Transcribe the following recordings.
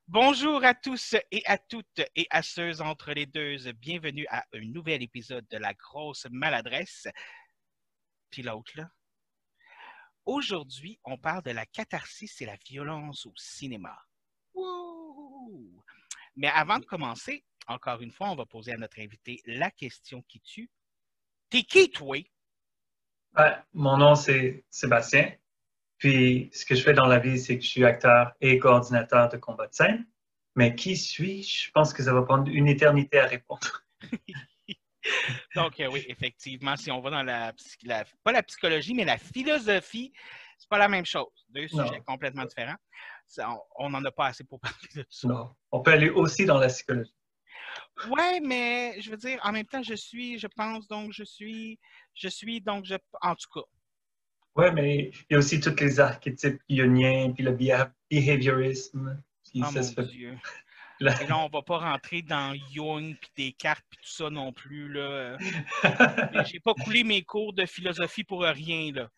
Bonjour à tous et à toutes et à ceux entre les deux. Bienvenue à un nouvel épisode de La Grosse Maladresse. Puis l'autre, là. Aujourd'hui, on parle de la catharsis et la violence au cinéma. Wouhou! Mais avant de commencer, encore une fois, on va poser à notre invité la question qui tue. T'es qui, toi? Mon nom, c'est Sébastien. Puis, ce que je fais dans la vie, c'est que je suis acteur et coordinateur de combat de scène. Mais qui suis-je? Je pense que ça va prendre une éternité à répondre. Donc, oui, effectivement, si on va dans pas la psychologie, mais la philosophie, c'est pas la même chose. Deux sujets Non, complètement différents. On n'en a pas assez pour parler de ça. non. On peut aller aussi dans la psychologie. Ouais, mais je veux dire, en même temps, je pense, donc donc en tout cas. Ouais, mais il y a aussi tous les archétypes ioniens, puis le behaviorisme. Puis Oh ça mon se fait. Dieu. Là. Et là, on va pas rentrer dans Jung, puis des cartes, puis tout ça non plus, là. J'ai pas coulé mes cours de philosophie pour rien, là.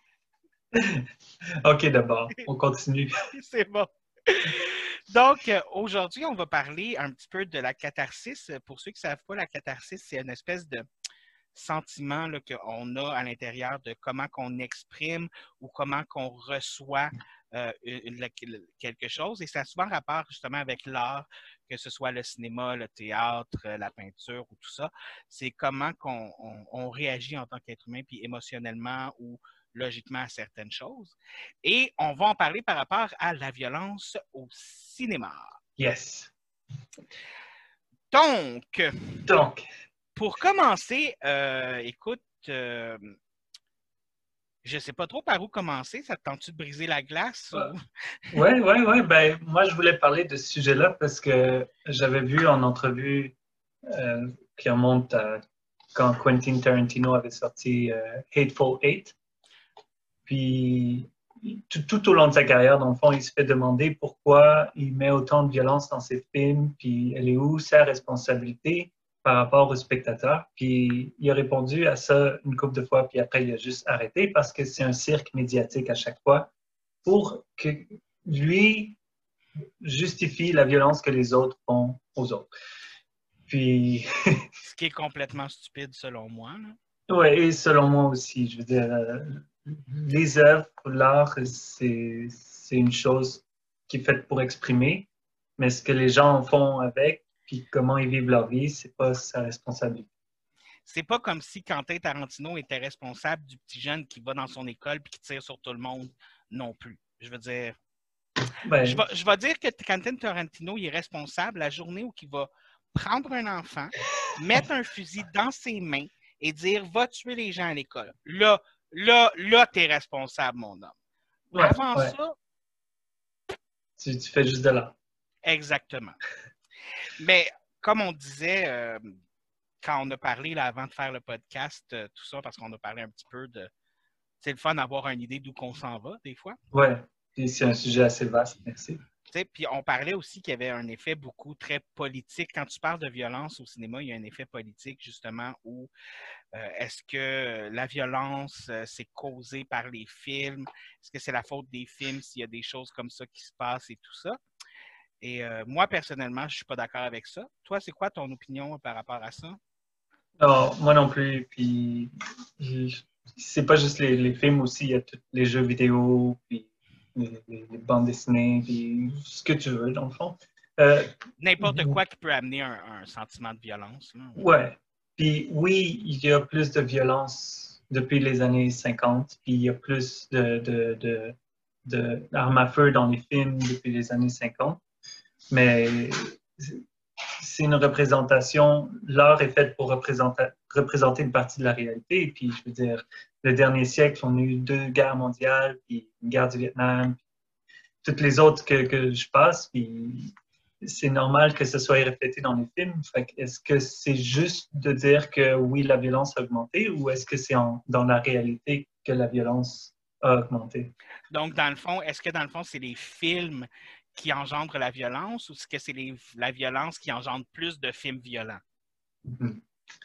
OK, d'abord, on continue. C'est bon. Donc, aujourd'hui, on va parler un petit peu de la catharsis. Pour ceux qui ne savent pas, la catharsis, c'est une espèce de sentiment qu'on a à l'intérieur de comment qu'on exprime ou comment qu'on reçoit quelque chose. Et ça a souvent rapport justement avec l'art, que ce soit le cinéma, le théâtre, la peinture ou tout ça. C'est comment on réagit en tant qu'être humain, puis émotionnellement ou logiquement à certaines choses. Et on va en parler par rapport à la violence au cinéma. Yes. Donc, Donc, pour commencer, écoute, je ne sais pas trop par où commencer. Ça te tente-tu de briser la glace ou... ouais. Ben, moi, je voulais parler de ce sujet-là parce que j'avais vu en entrevue qui remonte à quand Quentin Tarantino avait sorti Hateful Eight. Puis, tout au long de sa carrière, dans le fond, il se fait demander pourquoi il met autant de violence dans ses films, puis elle est où sa responsabilité par rapport aux spectateurs. Puis, il a répondu à ça une couple de fois, puis après, il a juste arrêté parce que c'est un cirque médiatique à chaque fois pour que lui justifie la violence que les autres font aux autres. Puis, Ce qui est complètement stupide selon moi. ouais, et selon moi aussi, je veux dire, les œuvres, l'art, c'est une chose qui est faite pour exprimer, mais ce que les gens en font avec, puis comment ils vivent leur vie, c'est pas sa responsabilité. C'est pas comme si Quentin Tarantino était responsable du petit jeune qui va dans son école et qui tire sur tout le monde non plus. Je veux dire, Ben, je vais dire que Quentin Tarantino il est responsable la journée où il va prendre un enfant, mettre un fusil dans ses mains et dire va tuer les gens à l'école. Là, tu es responsable, mon homme. ouais, Avant ouais, ça, tu fais juste de l'art. exactement. Mais comme on disait, quand on a parlé là, avant de faire le podcast, tout ça, parce qu'on a parlé un petit peu de. C'est le fun d'avoir une idée d'où qu'on s'en va, des fois. Ouais, puis c'est un sujet assez vaste, merci. Puis on parlait aussi qu'il y avait un effet beaucoup très politique. Quand tu parles de violence au cinéma, il y a un effet politique, justement, où est-ce que la violence, c'est causé par les films? Est-ce que c'est la faute des films s'il y a des choses comme ça qui se passent et tout ça? Et moi, personnellement, je ne suis pas d'accord avec ça. Toi, c'est quoi ton opinion par rapport à ça? Non, moi non plus, puis c'est pas juste les films aussi, il y a tous les jeux vidéo, puis les bandes dessinées, puis ce que tu veux, dans le fond. Euh, N'importe quoi qui peut amener un sentiment de violence. Là. Ouais. Puis oui, il y a plus de violence depuis les années 50, puis il y a plus d'armes à feu dans les films depuis les années 50. Mais c'est une représentation, l'art est fait pour représenter une partie de la réalité. Puis je veux dire, le dernier siècle, on a eu deux guerres mondiales, puis une guerre du Vietnam, puis toutes les autres que je passe, puis c'est normal que ce soit reflété dans les films. Est-ce que c'est juste de dire que oui, la violence a augmenté ou est-ce que c'est dans la réalité que la violence a augmenté? Donc, dans le fond, est-ce que dans le fond, c'est les films qui engendrent la violence ou est-ce que c'est la violence qui engendre plus de films violents? Mhm.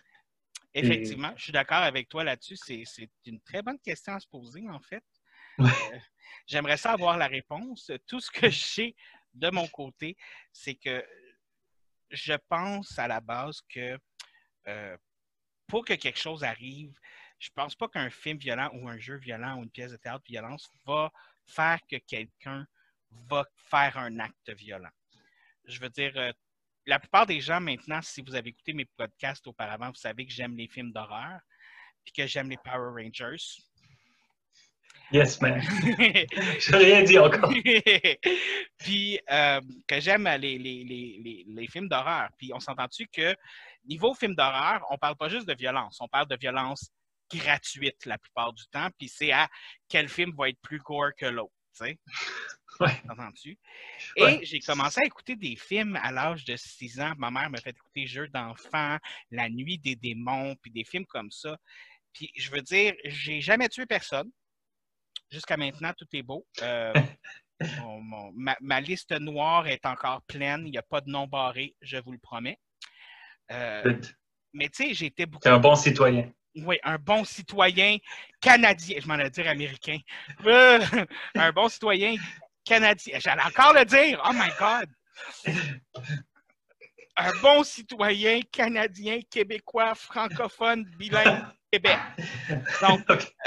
Et, Effectivement, je suis d'accord avec toi là-dessus. C'est une très bonne question à se poser, en fait. ouais, Euh, J'aimerais ça avoir la réponse. Tout ce que je sais de mon côté, c'est que je pense à la base que pour que quelque chose arrive, je pense pas qu'un film violent ou un jeu violent ou une pièce de théâtre de violence va faire que quelqu'un va faire un acte violent. Je veux dire, la plupart des gens maintenant, si vous avez écouté mes podcasts auparavant, vous savez que j'aime les films d'horreur puis que j'aime les Power Rangers. Yes, man. Je n'ai rien dit encore. Puis que j'aime les films d'horreur. Puis on s'entend-tu que niveau film d'horreur, on parle pas juste de violence, on parle de violence gratuite la plupart du temps. Puis c'est à quel film va être plus gore que l'autre, tu sais? Ouais. Entends-tu? Ouais. Et j'ai commencé à écouter des films à l'âge de 6 ans. Ma mère m'a fait écouter Jeux d'enfants, La nuit des démons, puis des films comme ça. Puis je veux dire, j'ai jamais tué personne. Jusqu'à maintenant, tout est beau. Ma liste noire est encore pleine. Il n'y a pas de nom barré, je vous le promets. Mais tu sais, j'étais beaucoup... C'est un bon citoyen. Oui, un bon citoyen canadien. Je m'en ai dire américain. Un bon citoyen canadien. J'allais encore le dire. Oh my God! Un bon citoyen canadien, québécois, francophone, bilingue, Québec. Donc,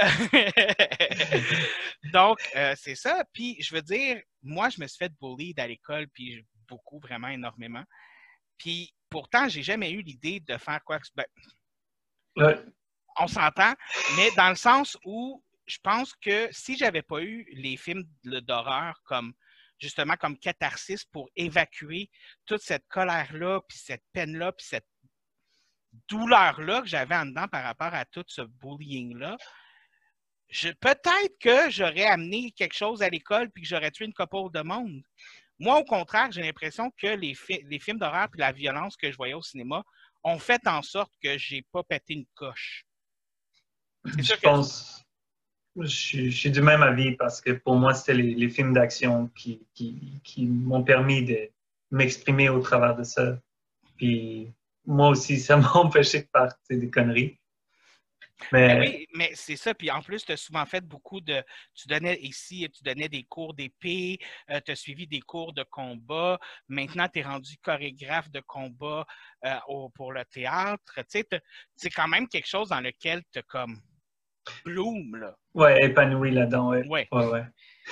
donc c'est ça. Puis, je veux dire, moi, je me suis fait bully à l'école, puis beaucoup, vraiment énormément. Puis, pourtant, j'ai jamais eu l'idée de faire quoi que... Ben, ouais. On s'entend, mais dans le sens où je pense que si j'avais pas eu les films d'horreur comme justement comme catharsis pour évacuer toute cette colère-là, puis cette peine-là, puis cette douleur-là que j'avais en dedans par rapport à tout ce bullying-là, peut-être que j'aurais amené quelque chose à l'école puis que j'aurais tué une couple de monde. Moi, au contraire, j'ai l'impression que les films d'horreur et la violence que je voyais au cinéma ont fait en sorte que j'ai pas pété une coche. Je pense, je suis du même avis parce que pour moi, c'était les films d'action qui m'ont permis de m'exprimer au travers de ça. Puis moi aussi, ça m'a empêché de faire des conneries. Mais oui, mais c'est ça. Puis en plus, tu as souvent fait beaucoup de... Tu donnais des cours d'épée, tu as suivi des cours de combat. Maintenant, tu es rendu chorégraphe de combat pour le théâtre. Tu sais, c'est quand même quelque chose dans lequel tu as comme bloom, là. Ouais, épanoui là-dedans, ouais. Ouais. Ouais.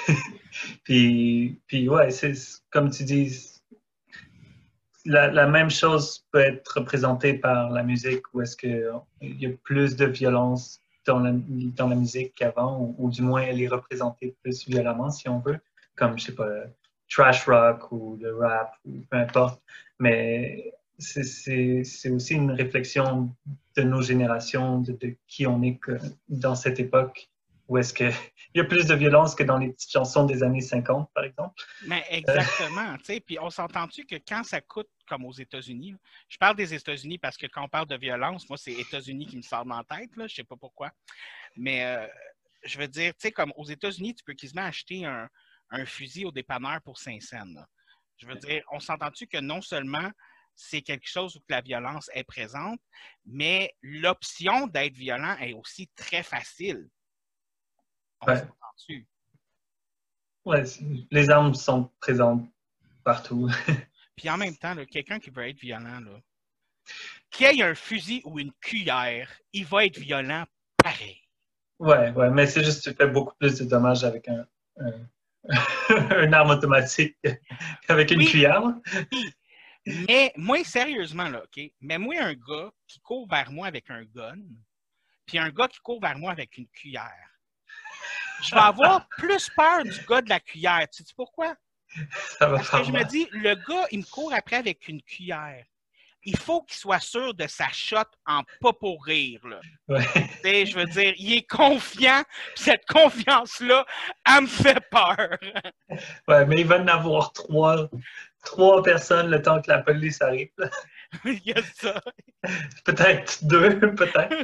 puis ouais, c'est comme tu dis, la même chose peut être représentée par la musique, où est-ce qu'il y a plus de violence dans la musique qu'avant, ou du moins elle est représentée plus violemment, si on veut, comme, je sais pas, trash rock ou le rap, ou peu importe. Mais c'est aussi une réflexion de nos générations, de qui on est dans cette époque, où est-ce qu'il y a plus de violence que dans les petites chansons des années 50, par exemple. Mais exactement, tu sais, puis on s'entend-tu que quand ça coûte, comme aux États-Unis, je parle des États-Unis parce que quand on parle de violence, moi, c'est États-Unis qui me sort dans la tête, là, je sais pas pourquoi, mais je veux dire, tu sais, comme aux États-Unis, tu peux quasiment acheter un fusil au dépanneur pour 5 cents, là. Je veux dire, on s'entend-tu que non seulement c'est quelque chose où la violence est présente, mais l'option d'être violent est aussi très facile. On s'entend-tu? Ouais, les armes sont présentes partout. Puis en même temps, quelqu'un qui veut être violent, là, qu'il ait un fusil ou une cuillère, il va être violent pareil. Ouais, mais c'est juste que tu fais beaucoup plus de dommages avec une arme automatique qu'avec une cuillère. Mais moi, sérieusement, là, OK? Mais moi, un gars qui court vers moi avec un gun, puis un gars qui court vers moi avec une cuillère, je vais avoir plus peur du gars de la cuillère. Tu sais pourquoi? Parce que je me dis, le gars, il me court après avec une cuillère. Il faut qu'il soit sûr de sa shot en pas pour rire. Là. Ouais. Je veux dire, il est confiant, puis cette confiance-là, elle me fait peur. Ouais, mais il va en avoir trois personnes le temps que la police arrive. Il y a ça. Peut-être 2, peut-être.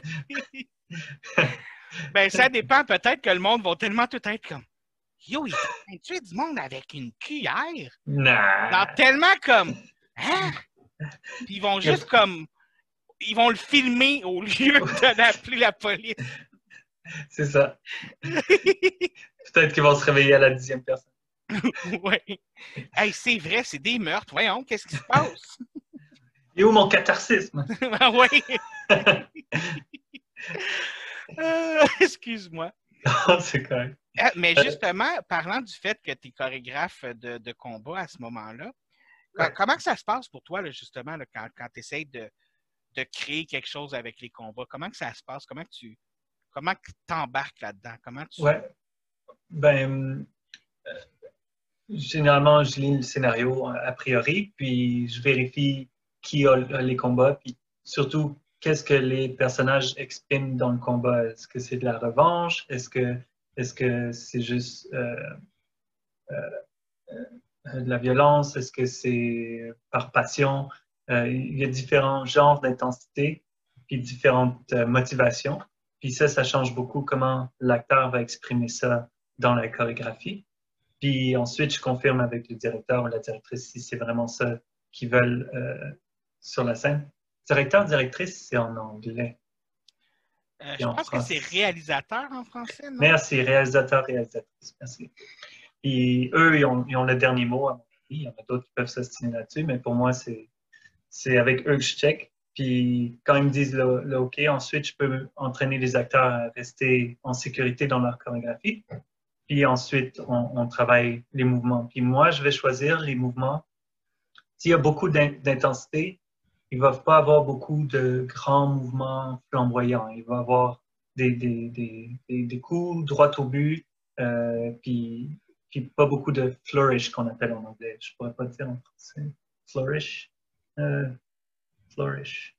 Ben, ça dépend. Peut-être que le monde va tellement tout être comme yo, il est en train de tuer du monde avec une cuillère. Nah. Genre, tellement comme hein? Puis ils vont juste comme ils vont le filmer au lieu d'appeler la police. C'est ça. Peut-être qu'ils vont se réveiller à la 10e personne. Oui. Hey, c'est vrai, c'est des meurtres. Voyons, qu'est-ce qui se passe? Et où mon catharsisme? Ah oui. Excuse-moi. C'est correct. Mais justement, parlant du fait que tu es chorégraphe de combat à ce moment-là, Ouais. comment que ça se passe pour toi, là, justement, là, quand tu essaies de créer quelque chose avec les combats? Comment que ça se passe? Comment tu t'embarques là-dedans? Comment tu... Ouais. Ben, généralement, je lis le scénario a priori, puis je vérifie qui a les combats, puis surtout, qu'est-ce que les personnages expriment dans le combat. Est-ce que c'est de la revanche? Est-ce que c'est juste de la violence? Est-ce que c'est par passion? Il y a différents genres d'intensité, puis différentes motivations. Puis ça change beaucoup comment l'acteur va exprimer ça dans la chorégraphie. Puis ensuite, je confirme avec le directeur ou la directrice si c'est vraiment ça qu'ils veulent sur la scène. Directeur, directrice, c'est en anglais. je Et en pense que c'est français. réalisateur en français, non? Merci, réalisateur, réalisatrice. Merci. Puis eux, ils ont le dernier mot, à mon avis. Il y en a d'autres qui peuvent s'ostiner là-dessus, mais pour moi, c'est avec eux que je check. Puis quand ils me disent le OK, ensuite, je peux entraîner les acteurs à rester en sécurité dans leur chorégraphie. Puis ensuite, on travaille les mouvements. Puis moi, je vais choisir les mouvements. S'il y a beaucoup d'intensité, il ne va pas avoir beaucoup de grands mouvements flamboyants. Il va avoir des coups droit au but, puis pas beaucoup de flourish qu'on appelle en anglais. Je ne pourrais pas dire en français. Flourish. Euh, flourish.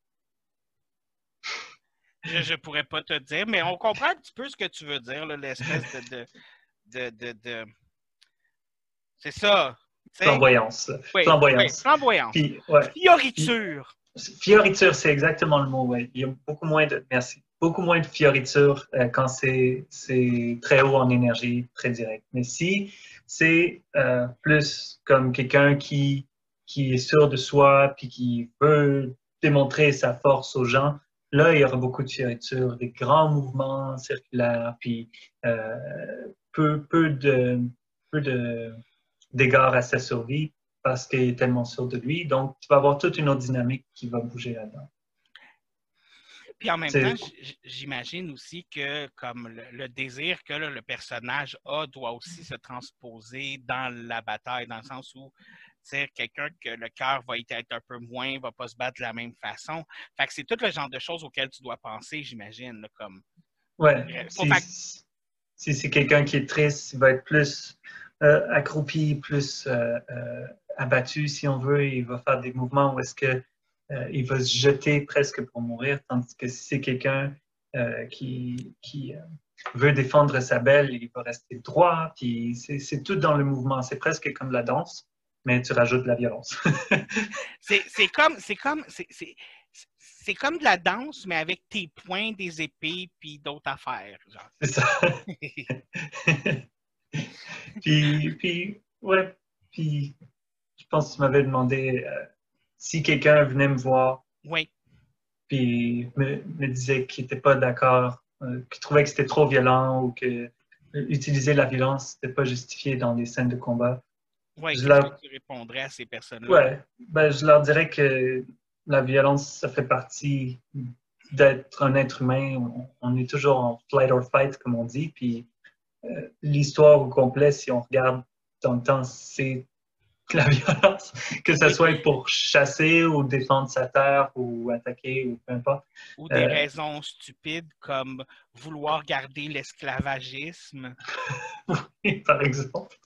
Je ne pourrais pas te dire, mais on comprend un petit peu ce que tu veux dire, l'espèce de... C'est ça. Flamboyance. Oui, oui, Flamboyance. flamboyance. Puis, ouais. Fioriture. Fioriture, c'est exactement le mot, ouais. Il y a beaucoup moins de fioriture quand c'est très haut en énergie, très direct. Mais si c'est plus comme quelqu'un qui est sûr de soi puis qui veut démontrer sa force aux gens, là, il y aura beaucoup de fioriture, des grands mouvements circulaires, puis euh, peu de d'égards à sa survie parce qu'il est tellement sûr de lui. Donc, tu vas avoir toute une autre dynamique qui va bouger là-dedans. Puis en même temps, j'imagine aussi que comme le désir que le personnage a doit aussi se transposer dans la bataille, dans le sens où c'est quelqu'un que le cœur va être un peu moins, va pas se battre de la même façon. Fait que c'est tout le genre de choses auxquelles tu dois penser, j'imagine. Comme... Ouais, si c'est quelqu'un qui est triste, il va être plus accroupi, plus abattu, si on veut. Il va faire des mouvements où est-ce que il va se jeter presque pour mourir, tandis que si c'est quelqu'un qui veut défendre sa belle, il va rester droit, puis c'est tout dans le mouvement. C'est presque comme la danse, mais tu rajoutes de la violence. c'est comme de la danse, mais avec tes poings, des épées, puis d'autres affaires. Genre. C'est ça. puis, ouais, puis je pense que tu m'avais demandé si quelqu'un venait me voir, oui. puis me disait qu'il n'était pas d'accord, qu'il trouvait que c'était trop violent ou que utiliser la violence n'était pas justifié dans les scènes de combat. Oui, qu'est-ce que tu répondrais à ces personnes-là? Ouais, ben, je leur dirais que la violence, ça fait partie d'être un être humain. On est toujours en flight or fight, comme on dit, puis l'histoire au complet, si on regarde dans le temps, c'est la violence, que ce soit pour chasser ou défendre sa terre ou attaquer ou peu importe. Ou des raisons stupides comme vouloir garder l'esclavagisme. Oui, par exemple.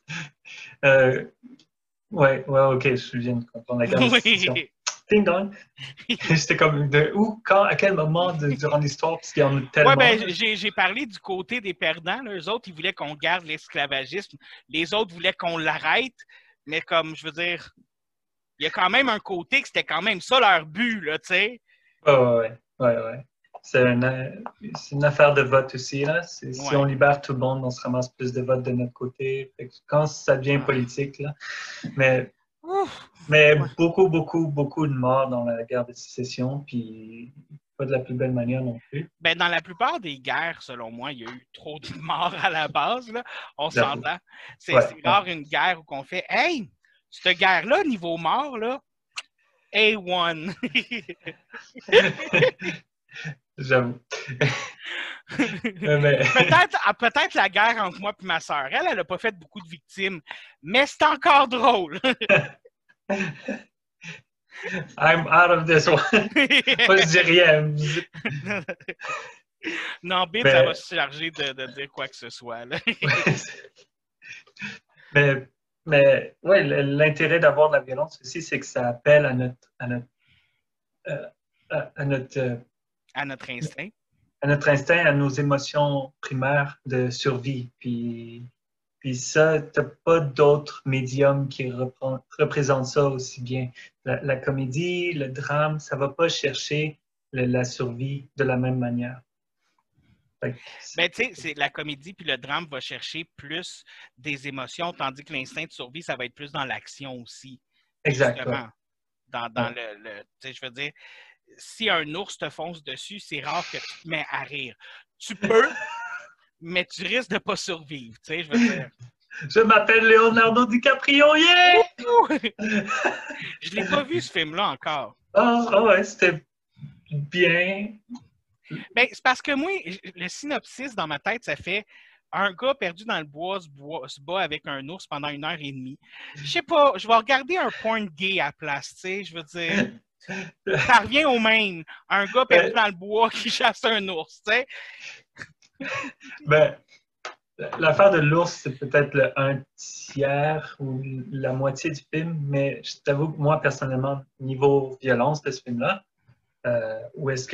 Ouais, ok, je viens de comprendre la question. Oui. Ding dong. J'étais comme de où, quand, à quel moment durant l'histoire, parce qu'il y en a tellement. Oui, ben, j'ai parlé du côté des perdants. Là. Eux autres, ils voulaient qu'on garde l'esclavagisme. Les autres voulaient qu'on l'arrête. Mais comme, je veux dire, il y a quand même un côté que c'était quand même ça leur but, là, tu sais. Ouais. C'est une affaire de vote aussi, là. Si on libère tout le monde, on se ramasse plus de votes de notre côté. Quand ça devient politique, là. Mais Ouf! Mais Ouais. beaucoup de morts dans la guerre de sécession, puis pas de la plus belle manière non plus. Ben, dans la plupart des guerres, selon moi, il y a eu trop de morts à la base, là. On J'avoue. s'entend. C'est Ouais, ouais. rare une guerre où on fait Hey, cette guerre-là, niveau mort, là, A1. J'avoue. Mais, Peut-être la guerre entre moi et ma sœur. Elle n'a pas fait beaucoup de victimes, mais c'est encore drôle. I'm out of this one. Moi, je dis rien. Non, Bib, ça va Mais, se charger de dire quoi que ce soit. Là. mais, mais ouais, l'intérêt d'avoir de la violence aussi, c'est que ça appelle euh, à notre, euh, À notre instinct. à notre instinct, à nos émotions primaires de survie. Puis ça, tu n'as pas d'autres médiums qui représentent ça aussi bien. La comédie, le drame, ça ne va pas chercher la survie de la même manière. Ben, tu sais, la comédie puis le drame va chercher plus des émotions, tandis que l'instinct de survie, ça va être plus dans l'action aussi. Exactement. Justement. Dans tu sais, je veux dire, si un ours te fonce dessus, c'est rare que tu te mets à rire. Tu peux, mais tu risques de ne pas survivre. Tu sais, je veux dire. Je m'appelle Leonardo DiCaprio, yeah! Je ne l'ai pas vu, ce film-là, encore. Ah ouais, c'était bien. Ben, c'est parce que moi, le synopsis dans ma tête, ça fait un gars perdu dans le bois se bat avec un ours pendant 1 heure et demie. Je sais pas, je vais regarder un porn gay à la place, tu sais, je veux dire. Ça revient au même. Un gars perdu dans le bois qui chasse un ours, tu sais. Ben, l'affaire de l'ours, c'est peut-être le 1/3 ou la moitié du film, mais je t'avoue que moi, personnellement, niveau violence de ce film-là, où est-ce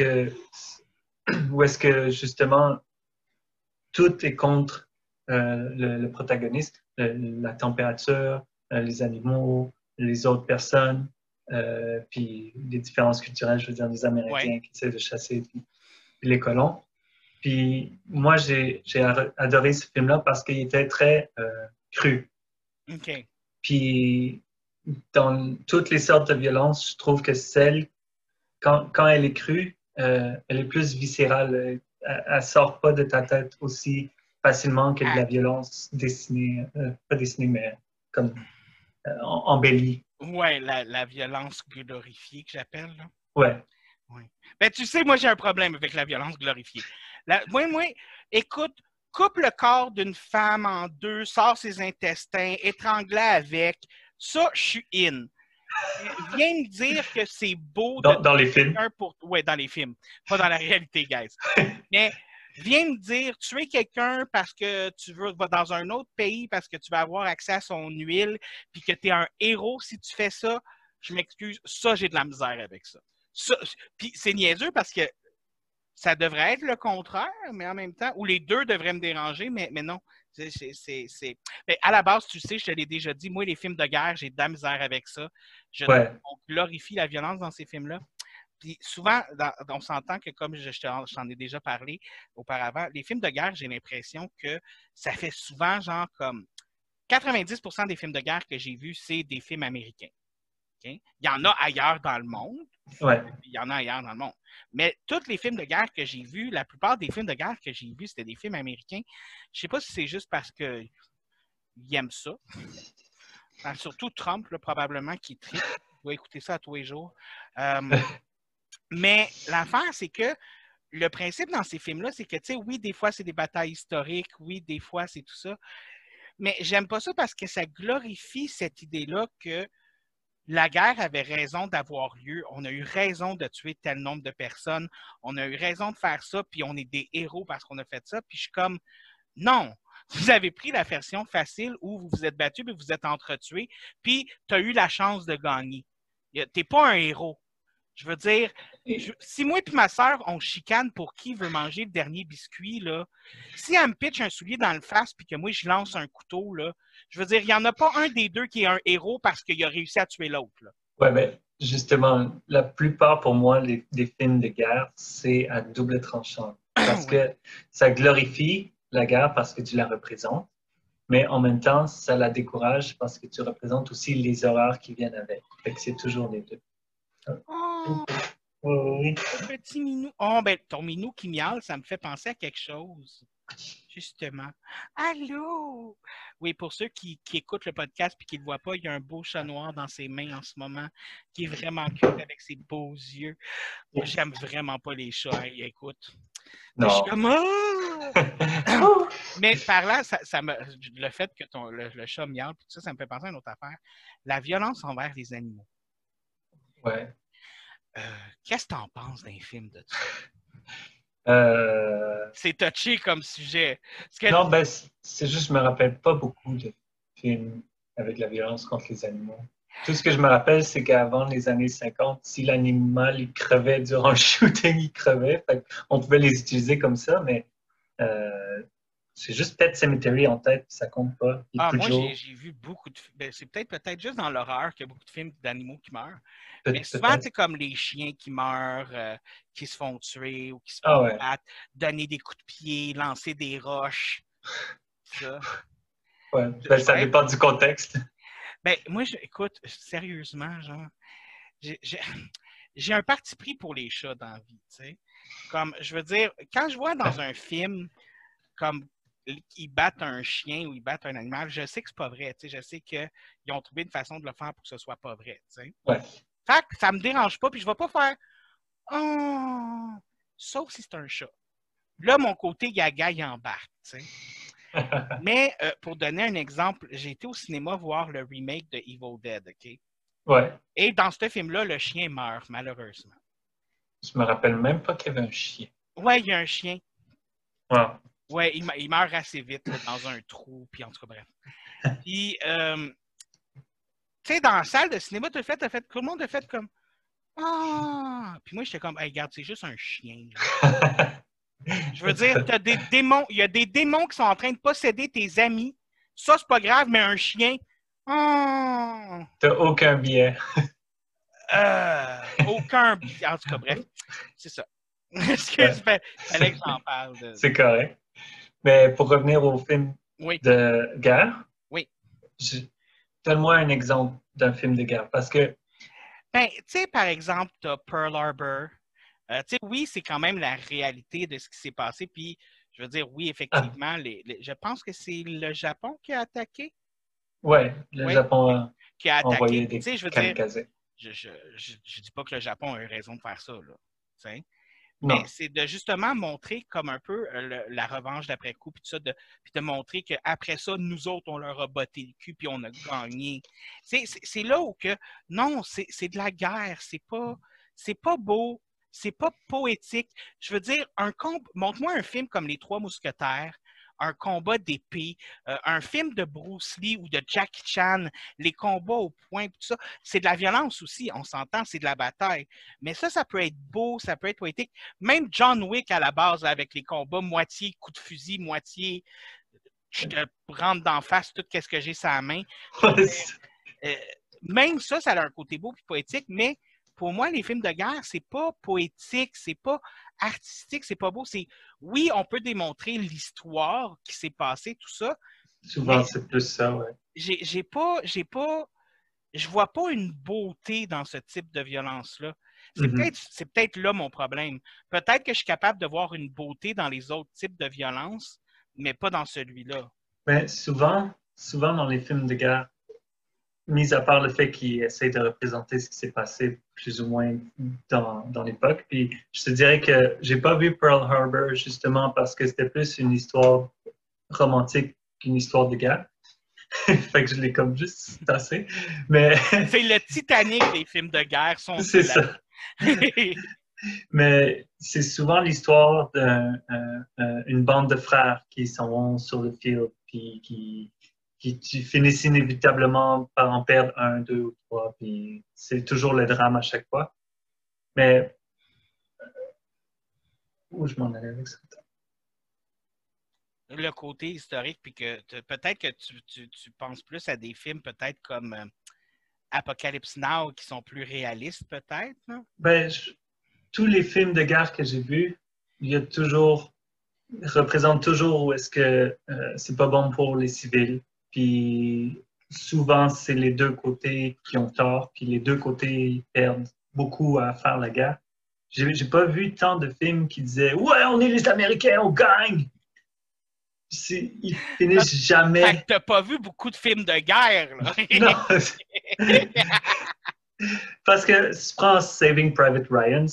que justement tout est contre le protagoniste, la température, les animaux, les autres personnes, puis les différences culturelles, je veux dire, les Amérindiens qui essaient de chasser puis les colons. Puis moi, j'ai adoré ce film-là parce qu'il était très cru. OK. Puis dans toutes les sortes de violences, je trouve que quand elle est crue, elle est plus viscérale. Elle ne sort pas de ta tête aussi facilement que de la violence dessinée, pas dessinée, mais comme embellie. Ouais, la violence glorifiée que j'appelle. Là. Ouais. Ouais. Ben, tu sais, moi, j'ai un problème avec la violence glorifiée. Moi, écoute, coupe le corps d'une femme en deux, sort ses intestins, étrangle avec. Ça, je suis in. Viens me dire que c'est beau dans les films. Ouais, dans les films. Pas dans la réalité, guys. Mais viens me dire, tuer quelqu'un parce que tu veux dans un autre pays, parce que tu vas avoir accès à son huile, puis que tu es un héros si tu fais ça, je m'excuse, ça, j'ai de la misère avec ça. Puis c'est niaiseux parce que ça devrait être le contraire, mais en même temps, ou les deux devraient me déranger, mais non. Mais à la base, tu sais, je te l'ai déjà dit, moi, les films de guerre, j'ai de la misère avec ça. On glorifie la violence dans ces films-là. Puis souvent, on s'entend que, comme je t'en ai déjà parlé auparavant, les films de guerre, j'ai l'impression que ça fait souvent genre comme 90% des films de guerre que j'ai vus, c'est des films américains. Okay? Il y en a ailleurs dans le monde. Ouais. Il y en a ailleurs dans le monde. Mais tous les films de guerre que j'ai vus, la plupart des films de guerre que j'ai vus, c'était des films américains. Je ne sais pas si c'est juste parce qu'ils aiment ça. Enfin, surtout Trump, là, probablement, qui tripe. Il doit écouter ça à tous les jours. Mais l'affaire, c'est que le principe dans ces films-là, c'est que, tu sais, oui, des fois, c'est des batailles historiques. Oui, des fois, c'est tout ça. Mais j'aime pas ça parce que ça glorifie cette idée-là que la guerre avait raison d'avoir lieu. On a eu raison de tuer tel nombre de personnes. On a eu raison de faire ça, puis on est des héros parce qu'on a fait ça. Puis je suis comme, non, vous avez pris la version facile où vous vous êtes battu, puis vous êtes entretués, puis tu as eu la chance de gagner. Tu n'es pas un héros. Je veux dire, si moi et ma soeur, on chicane pour qui veut manger le dernier biscuit, là, si elle me pitche un soulier dans le face puis que moi, je lance un couteau, là, je veux dire, il n'y en a pas un des deux qui est un héros parce qu'il a réussi à tuer l'autre. Oui, mais justement, la plupart pour moi, des films de guerre, c'est à double tranchant. Parce que ça glorifie la guerre parce que tu la représentes. mais en même temps, ça la décourage parce que tu représentes aussi les horreurs qui viennent avec. Fait que c'est toujours les deux. Oh, Oui. le petit minou. Oh, ben, ton minou qui miaule, ça me fait penser à quelque chose. Justement. Allô? Oui, pour ceux qui écoutent le podcast et qui ne le voient pas, il y a un beau chat noir dans ses mains en ce moment qui est vraiment cute avec ses beaux yeux. Moi, j'aime vraiment pas les chats, hein, écoute. Je suis Non. comme Mais par là, le fait que le chat miaule, tout ça, ça me fait penser à une autre affaire. La violence envers les animaux. Ouais. Qu'est-ce que t'en penses d'un film de ça? Euh, C'est touché comme sujet. Que... Non, ben, c'est juste, je me rappelle pas beaucoup de films avec la violence contre les animaux. Tout ce que je me rappelle, c'est qu'avant les années 50, si l'animal il crevait durant le shooting, il crevait. Fait on pouvait les utiliser comme ça, mais c'est juste Pet Cemetery en tête, ça compte pas. Et Ah, moi, Cujo, j'ai vu beaucoup de films. C'est peut-être juste dans l'horreur qu'il y a beaucoup de films d'animaux qui meurent. Mais souvent, peut-être. c'est comme les chiens qui meurent, qui se font tuer ou qui se Ah font ouais. battre, donner des coups de pied, lancer des roches. Ça. Ouais. Je Ben, ça vais être... dépend du contexte. Ben, moi, écoute, sérieusement, genre, j'ai j'ai un parti pris pour les chats dans la vie, tu sais. Comme, je veux dire, quand je vois dans un film comme ils battent un chien ou ils battent un animal, je sais que c'est pas vrai, tu sais. Je sais qu'ils ont trouvé une façon de le faire pour que ce soit pas vrai, tu sais. Ouais. Fait que ça me dérange pas, puis je vais pas faire « Oh! » Sauf si c'est un chat. Là, mon côté gaga, il embarque, tu sais. Mais pour donner un exemple, j'ai été au cinéma voir le remake de Evil Dead, OK? Ouais. Et dans ce film-là, le chien meurt, malheureusement. Je me rappelle même pas qu'il y avait un chien. Ouais, il y a un chien. Wow. Ouais, il meurt assez vite là, dans un trou, puis en tout cas, bref. Puis, tu sais, dans la salle de cinéma, tout le monde a fait comme Ah! Puis moi, j'étais comme, hey, regarde, c'est juste un chien. Je veux dire, t'as des démons, il y a des démons qui sont en train de posséder tes amis. Ça, c'est pas grave, mais un chien. Oh! T'as aucun biais. Aucun. En tout cas, bref, c'est ça. Excuse, Ouais. fallait que j'en parle. C'est correct. Mais pour revenir au film Oui, de guerre, oui. donne-moi un exemple d'un film de guerre. Parce que, Ben, tu sais, par exemple, tu as Pearl Harbor. Tu sais, oui, c'est quand même la réalité de ce qui s'est passé. Puis, je veux dire, oui, ah, effectivement, je pense que c'est le Japon qui a attaqué. ouais, le Oui, Japon a qui a attaqué. envoyé Puis, tu des sais, je veux dire, kamikazes. je dis pas que le Japon a eu raison de faire ça, là. Tu sais. Mais Non. c'est de justement montrer comme un peu la revanche d'après-coup, puis tout ça, puis de montrer qu'après ça, nous autres, on leur a botté le cul, puis on a gagné. C'est là où que, non, c'est de la guerre, c'est pas beau, c'est pas poétique. Je veux dire, montre-moi un film comme Les Trois Mousquetaires, un combat d'épée, un film de Bruce Lee ou de Jackie Chan, les combats au point, tout ça, c'est de la violence aussi, on s'entend, c'est de la bataille. Mais ça peut être beau, ça peut être poétique. Même John Wick à la base, là, avec les combats, moitié coup de fusil, moitié je te rentre d'en face tout ce que j'ai sur la main. Je veux dire, euh, même ça a un côté beau et poétique, mais pour moi, les films de guerre, c'est pas poétique, c'est pas artistique, c'est pas beau. Oui, on peut démontrer l'histoire qui s'est passée, tout ça, Souvent, mais c'est plus ça, ouais. je vois pas une beauté dans ce type de violence-là. Mhm. C'est peut-être là mon problème. Peut-être que je suis capable de voir une beauté dans les autres types de violence, mais pas dans celui-là. Mais souvent dans les films de guerre, mis à part le fait qu'ils essayent de représenter ce qui s'est passé plus ou moins dans l'époque, puis je te dirais que j'ai pas vu Pearl Harbor justement parce que c'était plus une histoire romantique qu'une histoire de guerre. Fait que je l'ai comme juste tassé. Mais C'est le Titanic des films de guerre, sont c'est ceux-là. ça. Mais c'est souvent l'histoire d'une bande de frères qui s'en vont sur le field, puis qui finissent inévitablement par en perdre un, deux ou trois, puis c'est toujours le drame à chaque fois. Mais où je m'en allais avec ça? Le côté historique, puis que peut-être que tu penses plus à des films peut-être comme Apocalypse Now qui sont plus réalistes, peut-être. Ben, tous les films de guerre que j'ai vus, il y a toujours représente toujours où est-ce que c'est pas bon pour les civils. Puis souvent, c'est les deux côtés qui ont tort, puis les deux côtés perdent beaucoup à faire la guerre. J'ai pas vu tant de films qui disaient ouais, on est les Américains, on gagne. Ils finissent Fait que jamais. t'as pas vu beaucoup de films de guerre, là. Non. Parce que si tu prends Saving Private Ryan,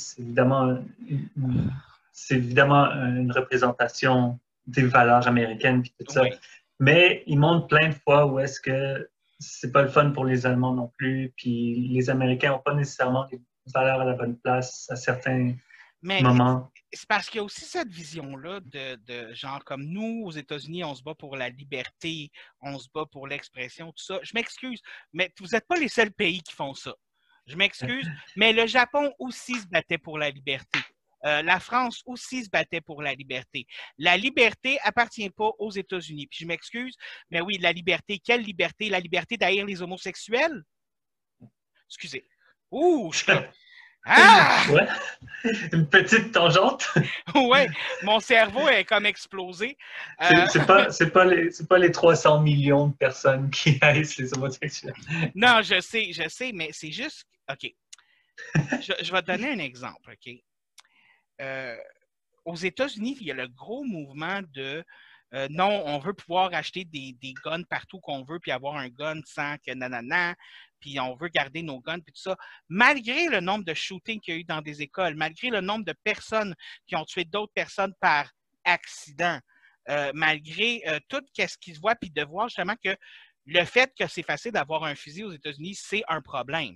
c'est évidemment une représentation des valeurs américaines et tout ça. Oui. Mais il montre plein de fois où est-ce que c'est pas le fun pour les Allemands non plus, puis les Américains n'ont pas nécessairement les valeurs à la bonne place à certains Mais moments. c'est parce qu'il y a aussi cette vision-là de genre comme nous, aux États-Unis, on se bat pour la liberté, on se bat pour l'expression, tout ça. Je m'excuse, mais vous n'êtes pas les seuls pays qui font ça. Je m'excuse, mais le Japon aussi se battait pour la liberté. La France aussi se battait pour la liberté. La liberté appartient pas aux États-Unis. Puis je m'excuse, mais oui, la liberté, quelle liberté? La liberté d'haïr les homosexuels? Excusez. Ouh, je suis comme... Ah! Ouais, une petite tangente. Ouais, mon cerveau est comme explosé. C'est pas les 300 millions de personnes qui haïssent les homosexuels. Non, je sais, mais c'est juste... OK. Je vais te donner un exemple, OK? Euh, aux États-Unis, il y a le gros mouvement de non, on veut pouvoir acheter des guns partout qu'on veut, puis avoir un gun sans que nanana, puis on veut garder nos guns, puis tout ça. Malgré le nombre de shootings qu'il y a eu dans des écoles, malgré le nombre de personnes qui ont tué d'autres personnes par accident, malgré tout ce qui se voit, puis de voir justement que le fait que c'est facile d'avoir un fusil aux États-Unis, c'est un problème.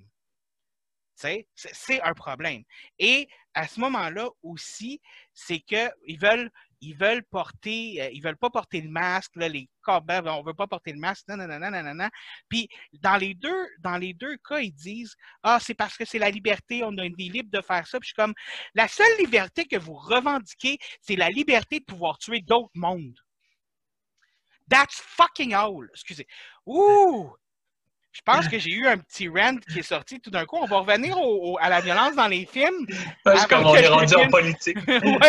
C'est un problème. Et à ce moment-là aussi, c'est qu'ils veulent porter, ils veulent pas porter le masque, là, les combats, on veut pas porter le masque, nanana. Puis dans les deux cas, ils disent ah, c'est parce que c'est la liberté, on est libre de faire ça. Puis je suis comme la seule liberté que vous revendiquez, c'est la liberté de pouvoir tuer d'autres mondes. That's fucking all. Excusez. Ouh! Je pense que j'ai eu un petit rant qui est sorti tout d'un coup. On va revenir à la violence dans les films. Parce Avant qu'on que est je rendu en devienne... politique.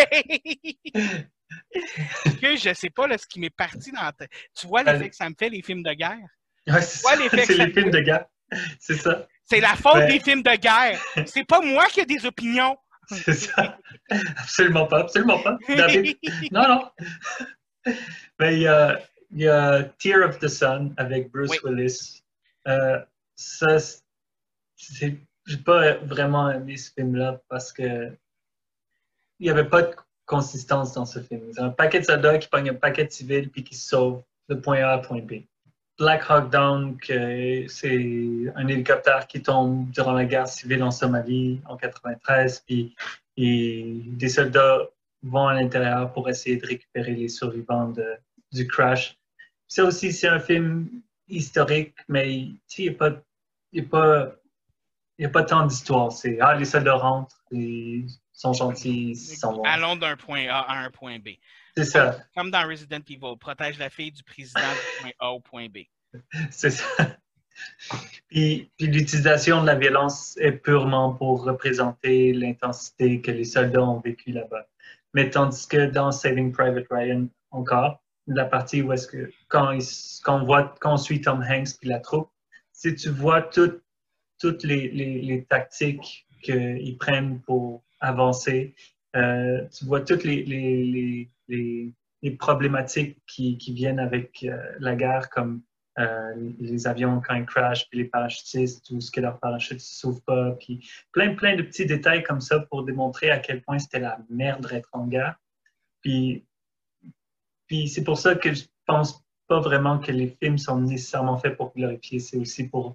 Oui! Que je sais pas là, ce qui m'est parti dans la tête. Tu vois l'effet que ça me fait, les films de guerre? Ouais, Tu vois l'effet que c'est ça les me films fait? de guerre. C'est ça. C'est la faute Ouais. des films de guerre. C'est pas moi qui ai des opinions. C'est ça. Absolument pas, absolument pas. David, non, non. Mais il y a Tear of the Sun avec Bruce Oui. Willis. Ça, j'ai pas vraiment aimé ce film-là parce que il n'y avait pas de consistance dans ce film. C'est un paquet de soldats qui pognent un paquet de civils puis qui se sauvent de point A à point B. Black Hawk Down, c'est un hélicoptère qui tombe durant la guerre civile en Somalie en 93, puis et des soldats vont à l'intérieur pour essayer de récupérer les survivants du crash. Ça aussi, c'est un film historique, mais il n'y a pas, il y a pas, il y a pas tant d'histoire. C'est les soldats rentrent, ils sont gentils, ils s'en vont. Allons d'un point A à un point B. C'est ça. Comme dans Resident Evil, protège la fille du président du point A au point B. C'est ça. Puis l'utilisation de la violence est purement pour représenter l'intensité que les soldats ont vécu là-bas. Mais tandis que dans Saving Private Ryan, encore, la partie où est-ce que quand on suit Tom Hanks puis la troupe, si tu vois toutes les tactiques qu'ils prennent pour avancer, tu vois toutes les problématiques qui viennent avec la guerre, comme les avions quand ils crashent, puis les parachutistes, ou ce que leurs parachutes ne s'ouvrent pas, puis plein de petits détails comme ça pour démontrer à quel point c'était la merde d'être en guerre. Puis c'est pour ça que je pense pas vraiment que les films sont nécessairement faits pour glorifier, c'est aussi pour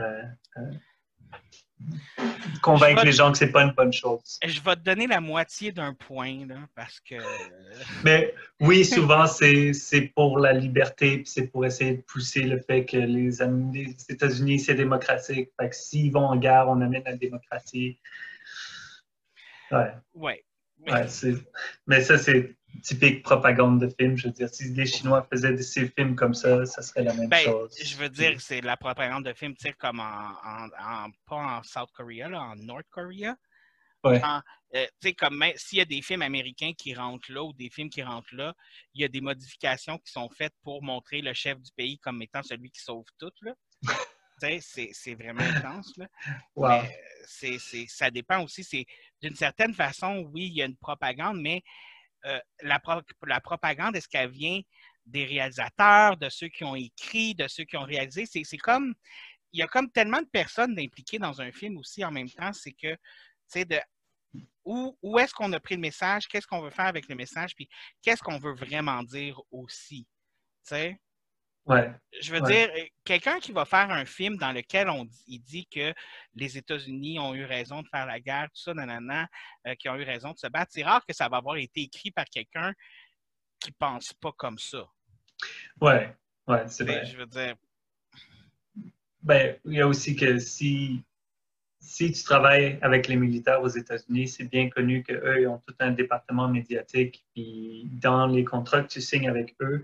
convaincre les gens que c'est pas une bonne chose. Je vais te donner la moitié d'un point, là, parce que... Mais oui, souvent, c'est pour la liberté, puis c'est pour essayer de pousser le fait que les États-Unis, c'est démocratique. Fait que s'ils vont en guerre, on amène la démocratie. Ouais. Ouais. Mais ça, c'est typique propagande de film. Je veux dire, si les Chinois faisaient ces films comme ça serait la même chose. Je veux dire, c'est la propagande de film, tu sais, comme pas en South Korea, là, en North Korea. Ouais. Tu sais, comme s'il y a des films américains qui rentrent là ou des films qui rentrent là, il y a des modifications qui sont faites pour montrer le chef du pays comme étant celui qui sauve tout, là. Tu sais, c'est vraiment intense, là. Wow. Mais ça dépend aussi. D'une certaine façon, oui, il y a une propagande, mais la propagande, est-ce qu'elle vient des réalisateurs, de ceux qui ont écrit, de ceux qui ont réalisé? C'est comme, il y a comme tellement de personnes impliquées dans un film aussi en même temps, c'est que, tu sais, où est-ce qu'on a pris le message, qu'est-ce qu'on veut faire avec le message, puis qu'est-ce qu'on veut vraiment dire aussi, tu sais? Ouais. Je veux Ouais. dire, quelqu'un qui va faire un film dans lequel il dit que les États-Unis ont eu raison de faire la guerre, tout ça, nanana, qui ont eu raison de se battre, c'est rare que ça va avoir été écrit par quelqu'un qui pense pas comme ça. Ouais. Ouais, c'est vrai. Je veux dire. Ben, il y a aussi que si tu travailles avec les militaires aux États-Unis, c'est bien connu qu'eux, ils ont tout un département médiatique. Puis dans les contrats que tu signes avec eux,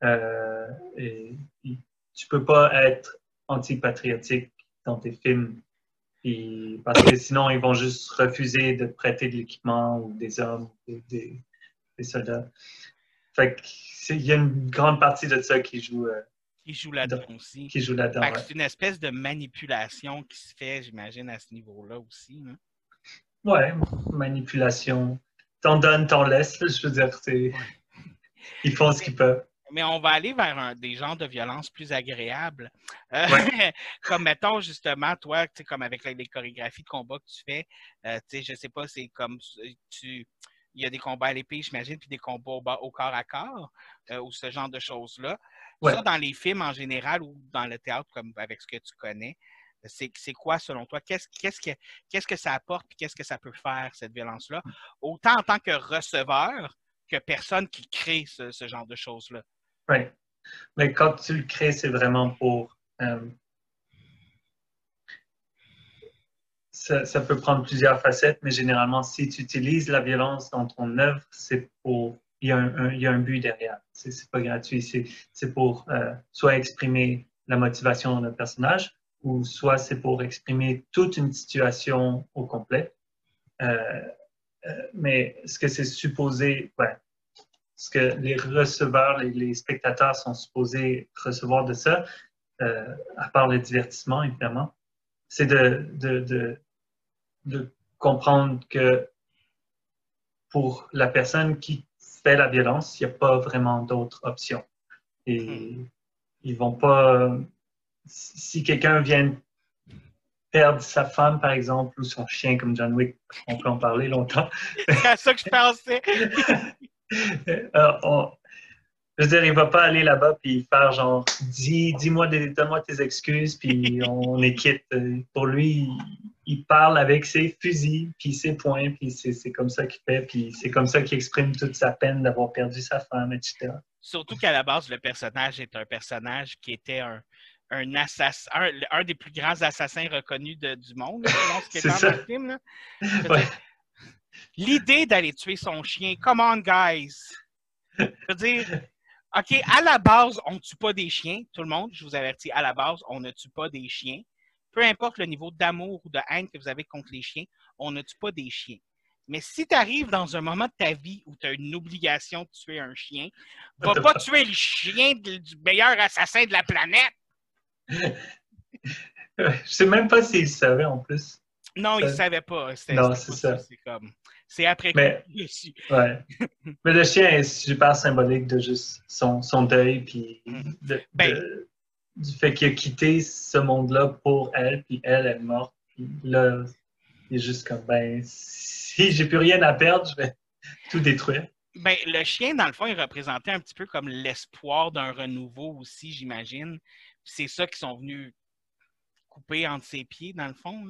et tu peux pas être antipatriotique dans tes films. Puis, parce que sinon, ils vont juste refuser de prêter de l'équipement ou des hommes, des soldats. Fait il y a une grande partie de ça qui joue, Qui joue là-dedans aussi. qui joue là-dedans. Ouais. C'est une espèce de manipulation qui se fait, j'imagine, à ce niveau-là aussi. Hein? Ouais, manipulation. T'en donnes, t'en laisses. Je veux dire, ils font ce qu'ils peuvent. Mais on va aller vers des genres de violence plus agréables. Ouais. Comme, mettons, justement, toi, comme avec les chorégraphies de combat que tu fais, je sais pas, c'est comme il y a des combats à l'épée, j'imagine, puis des combats au corps à corps, ou ce genre de choses-là. Ouais. Ça, dans les films en général ou dans le théâtre, comme avec ce que tu connais, c'est quoi, selon toi? Qu'est-ce que ça apporte, puis qu'est-ce que ça peut faire, cette violence-là? Autant en tant que receveur que personne qui crée ce genre de choses-là. Oui. Mais quand tu le crées, c'est vraiment pour... ça peut prendre plusieurs facettes, mais généralement, si tu utilises la violence dans ton œuvre, c'est pour... Il y a un but derrière. C'est pas gratuit. C'est pour soit exprimer la motivation d'un personnage, ou soit c'est pour exprimer toute une situation au complet. Mais ce que c'est supposé... Ouais, ce que les receveurs, les spectateurs sont supposés recevoir de ça, à part le divertissement, évidemment, c'est de comprendre que pour la personne qui fait la violence, il n'y a pas vraiment d'autre option. Et ils vont pas... Si quelqu'un vient perdre sa femme, par exemple, ou son chien, comme John Wick, on peut en parler longtemps. C'est à ça que je pensais. Je veux dire, il va pas aller là-bas puis faire genre, donne-moi tes excuses, puis on est quitte. Pour lui, il parle avec ses fusils, puis ses poings, puis c'est comme ça qu'il fait, puis c'est comme ça qu'il exprime toute sa peine d'avoir perdu sa femme, etc. Surtout qu'à la base, le personnage est un personnage qui était un assassin, un des plus grands assassins reconnus du monde, selon ce qui est dans le film. Là. Ouais. L'idée d'aller tuer son chien, come on, guys! Je veux dire, OK, à la base, on ne tue pas des chiens. Tout le monde, je vous avertis, à la base, on ne tue pas des chiens. Peu importe le niveau d'amour ou de haine que vous avez contre les chiens, on ne tue pas des chiens. Mais si tu arrives dans un moment de ta vie où tu as une obligation de tuer un chien, va pas tuer le chien du meilleur assassin de la planète. Je sais même pas s'il savait en plus. Non, il ne savait pas. Non, c'est ça. C'est après mais, ouais. Mais le chien est super symbolique de juste son deuil, puis du fait qu'il a quitté ce monde-là pour elle, puis elle est morte. Puis là, il est juste comme, si j'ai plus rien à perdre, je vais tout détruire. Ben, le chien, dans le fond, il représentait un petit peu comme l'espoir d'un renouveau aussi, j'imagine. C'est ça qu'ils sont venus couper entre ses pieds, dans le fond.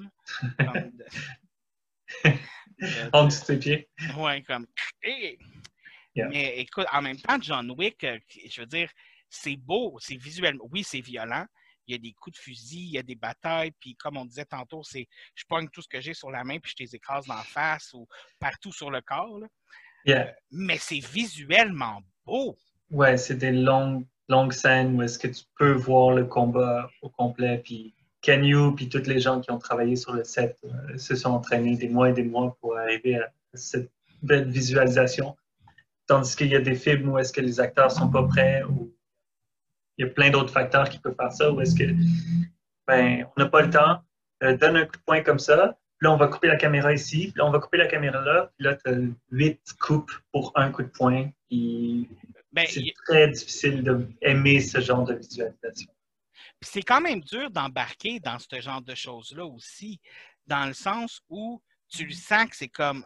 Entre ses pieds. Oui, comme... Yeah. Mais écoute, en même temps, John Wick, je veux dire, c'est beau, c'est visuellement... Oui, c'est violent. Il y a des coups de fusil, il y a des batailles, puis comme on disait tantôt, je pogne tout ce que j'ai sur la main, puis je les écrase dans la face ou partout sur le corps. Là. Yeah. Mais c'est visuellement beau. Ouais, c'est des longues scènes où est-ce que tu peux voir le combat au complet, puis Ken Yu puis tous les gens qui ont travaillé sur le set se sont entraînés des mois et des mois pour arriver à cette belle visualisation. Tandis qu'il y a des films où est-ce que les acteurs sont pas prêts ou il y a plein d'autres facteurs qui peuvent faire ça, où est-ce que ben, on n'a pas le temps, donne un coup de poing comme ça, puis là, on va couper la caméra ici, puis là, on va couper la caméra là, puis là, tu as 8 coupes pour un coup de poing, puis c'est très difficile d'aimer ce genre de visualisation. Puis c'est quand même dur d'embarquer dans ce genre de choses-là aussi, dans le sens où tu le sens que c'est comme...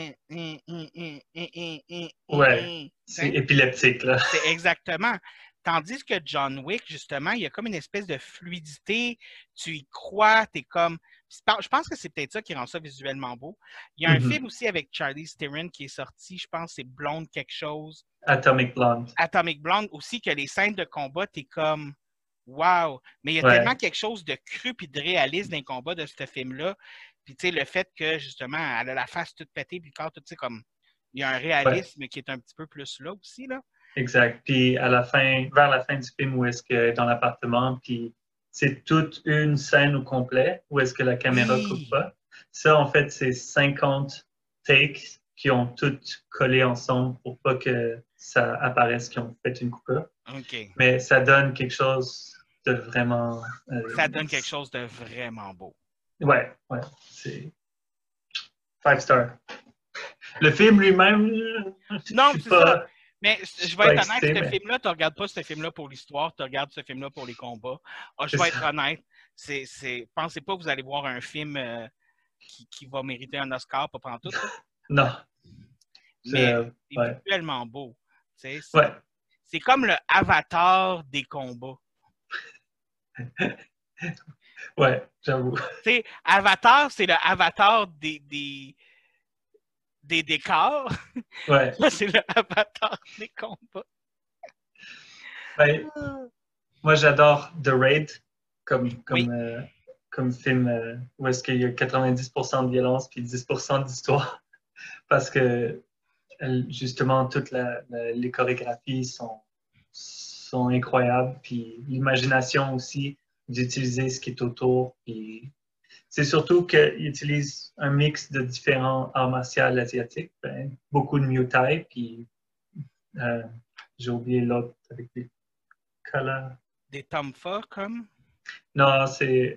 Ouais, c'est épileptique, là. C'est exactement. Tandis que John Wick, justement, il y a comme une espèce de fluidité, tu y crois, tu es comme... Je pense que c'est peut-être ça qui rend ça visuellement beau. Il y a un film aussi avec Charlize Theron qui est sorti, je pense c'est Blonde quelque chose. Atomic Blonde. Atomic Blonde aussi, que les scènes de combat, tu es comme... Wow! Mais il y a tellement quelque chose de cru et de réaliste dans les combats de ce film-là. Puis, tu sais, le fait que, justement, elle a la face toute pétée, puis le corps tout, tu sais, comme... Il y a un réalisme qui est un petit peu plus là aussi, là. Exact. Puis, à la fin, vers la fin du film, où est-ce que dans l'appartement, puis c'est toute une scène au complet, où est-ce que la caméra ne coupe pas. Ça, en fait, c'est 50 takes qui ont toutes collé ensemble pour pas que ça apparaisse qu'ils ont fait une coupure. Okay. Mais ça donne quelque chose de vraiment... ça donne quelque chose de vraiment beau. Ouais. C'est 5 stars. Le film lui-même... Non, c'est ça. Mais je vais être honnête, ce film-là, tu ne regardes pas ce film-là pour l'histoire, tu regardes ce film-là pour les combats. Je vais être honnête, pensez pas que vous allez voir un film qui va mériter un Oscar, pas prendre tout. Non. Mais c'est visuellement beau. Ouais. C'est comme le Avatar des combats. Ouais, j'avoue. Avatar, c'est le Avatar des décors. Ouais. Là, c'est le Avatar des combats. Ben, moi, j'adore The Raid comme film où est-ce qu'il y a 90% de violence puis 10% d'histoire. Parce que, justement, toutes les chorégraphies sont incroyables. Puis l'imagination aussi d'utiliser ce qui est autour. Puis c'est surtout qu'il utilise un mix de différents arts martiaux asiatiques. Ben, beaucoup de Muay Thai. Puis j'ai oublié l'autre avec des colors. Des Tomfa, comme? Non, c'est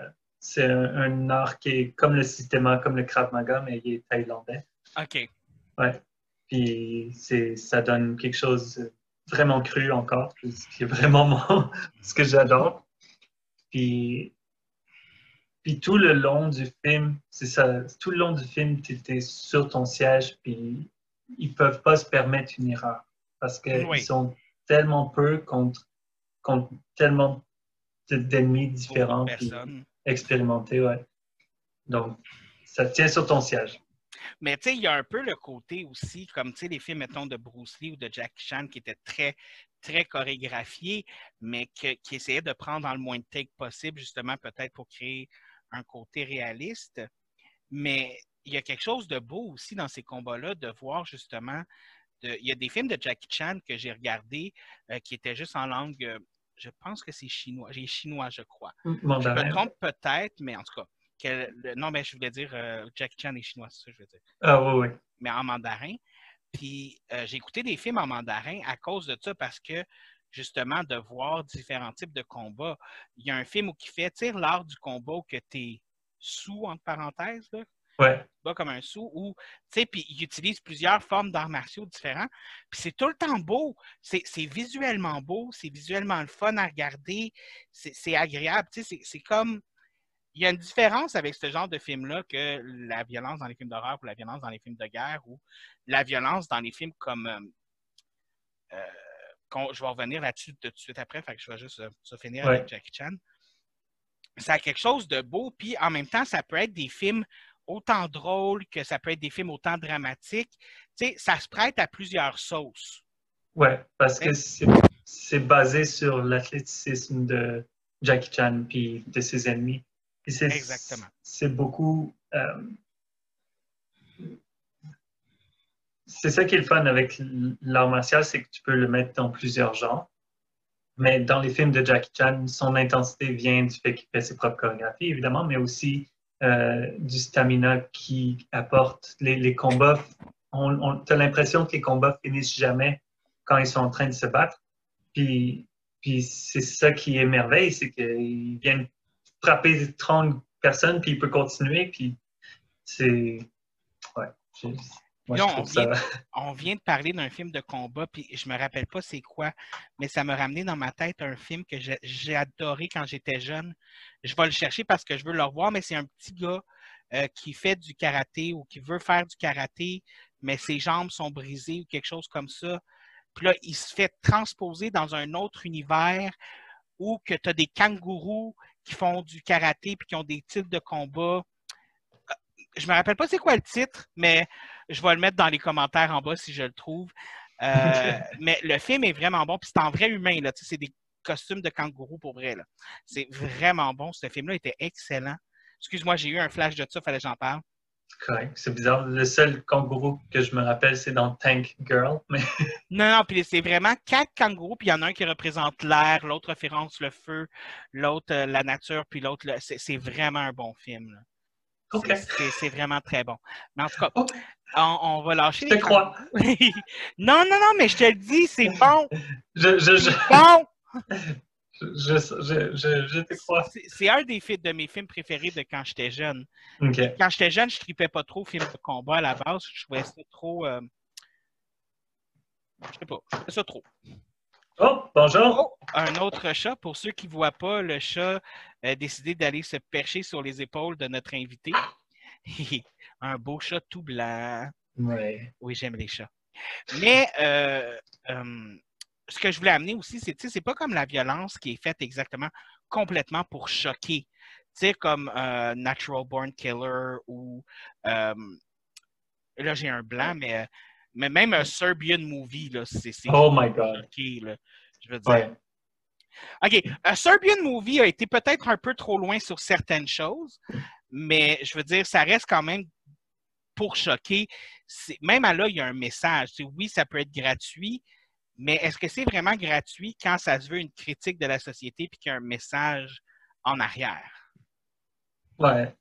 un art qui est comme le système, comme le Krav Maga, mais il est thaïlandais. OK. Ouais. Puis ça donne quelque chose vraiment cru encore, ce qui est vraiment ce que j'adore. Puis tout le long du film, c'est ça, tout le long du film, tu es sur ton siège, puis ils peuvent pas se permettre une erreur parce qu'ils sont tellement peu contre tellement d'ennemis différents puis expérimentés, ouais. Donc, ça tient sur ton siège. Mais tu sais, il y a un peu le côté aussi, comme tu sais, les films, mettons, de Bruce Lee ou de Jackie Chan qui étaient très, très chorégraphiés, mais qui essayaient de prendre dans le moins de takes possible, justement, peut-être pour créer un côté réaliste. Mais il y a quelque chose de beau aussi dans ces combats-là, de voir justement... il y a des films de Jackie Chan que j'ai regardés qui étaient juste en langue... je pense que c'est chinois. J'ai chinois, je crois. Mandarin. Je me trompe peut-être, mais en tout cas... non, mais je voulais dire Jackie Chan est chinois, c'est ça que je veux dire. Ah oui, oui. Mais en mandarin. Puis j'ai écouté des films en mandarin à cause de ça parce que justement de voir différents types de combats. Il y a un film où qui fait, tu sais, l'art du combat où que tu es sous, entre parenthèses, là. Ouais. Pas comme un sou, ou, tu sais, puis il utilise plusieurs formes d'arts martiaux différents. Puis c'est tout le temps beau. C'est visuellement beau, c'est visuellement le fun à regarder, c'est agréable. Tu sais, c'est comme... Il y a une différence avec ce genre de film-là que la violence dans les films d'horreur ou la violence dans les films de guerre ou la violence dans les films comme... je vais revenir là-dessus tout de suite après, fait que je vais juste finir avec Jackie Chan. Ça a quelque chose de beau, puis en même temps, ça peut être des films autant drôles que ça peut être des films autant dramatiques. Tu sais, ça se prête à plusieurs sauces. Ouais, parce que c'est basé sur l'athléticisme de Jackie Chan puis de ses ennemis. Exactement. C'est beaucoup... c'est ça qui est le fun avec l'art martial, c'est que tu peux le mettre dans plusieurs genres Mais dans les films de Jackie Chan, son intensité vient du fait qu'il fait ses propres chorégraphies, évidemment, mais aussi du stamina qui apporte les combats. Tu as l'impression que les combats finissent jamais quand ils sont en train de se battre. Puis, puis c'est ça qui est merveille, c'est qu'ils viennent frapper 30 personnes, puis il peut continuer, puis c'est... Ouais, moi je Là, trouve ça... on vient de parler d'un film de combat, puis je me rappelle pas c'est quoi, mais ça m'a ramené dans ma tête un film que j'ai adoré quand j'étais jeune. Je vais le chercher parce que je veux le revoir, mais c'est un petit gars qui fait du karaté ou qui veut faire du karaté, mais ses jambes sont brisées ou quelque chose comme ça. Puis là, il se fait transposer dans un autre univers où que tu as des kangourous qui font du karaté puis qui ont des titres de combat. Je me rappelle pas c'est quoi le titre, mais je vais le mettre dans les commentaires en bas si je le trouve. Mais le film est vraiment bon, puis c'est en vrai humain, là. C'est des costumes de kangourou pour vrai, là. C'est vraiment bon. Ce film-là était excellent. Excuse-moi, j'ai eu un flash de ça, fallait que j'en parle. Correct, c'est bizarre. Le seul kangourou que je me rappelle, c'est dans Tank Girl. Mais... Non, puis c'est vraiment 4 kangourous, puis il y en a un qui représente l'air, l'autre référence le feu, l'autre la nature, puis l'autre, c'est vraiment un bon film, là. OK. C'est vraiment très bon. Mais en tout cas, OK. on va lâcher Je te crois. Non, mais je te le dis, c'est bon. C'est bon. Je te crois. C'est un de mes films préférés de quand j'étais jeune. Okay. Quand j'étais jeune, je ne tripais pas trop films de combat à la base. Je trouvais ça trop... je sais pas, je trouvais ça trop. Oh, bonjour. Oh, un autre chat. Pour ceux qui ne voient pas, le chat a décidé d'aller se percher sur les épaules de notre invité. Un beau chat tout blanc. Ouais. Oui, j'aime les chats. Mais ce que je voulais amener aussi, c'est pas comme la violence qui est faite exactement complètement pour choquer. Tu sais, comme Natural Born Killer ou là j'ai un blanc, mais même un Serbian Movie, là, c'est oh my God. choqué, là, je veux dire. Ouais. OK. Un Serbian Movie a été peut-être un peu trop loin sur certaines choses, mais je veux dire, ça reste quand même pour choquer. Même à là, il y a un message. Oui, ça peut être gratuit, mais est-ce que c'est vraiment gratuit quand ça se veut une critique de la société et qu'il y a un message en arrière? Ouais.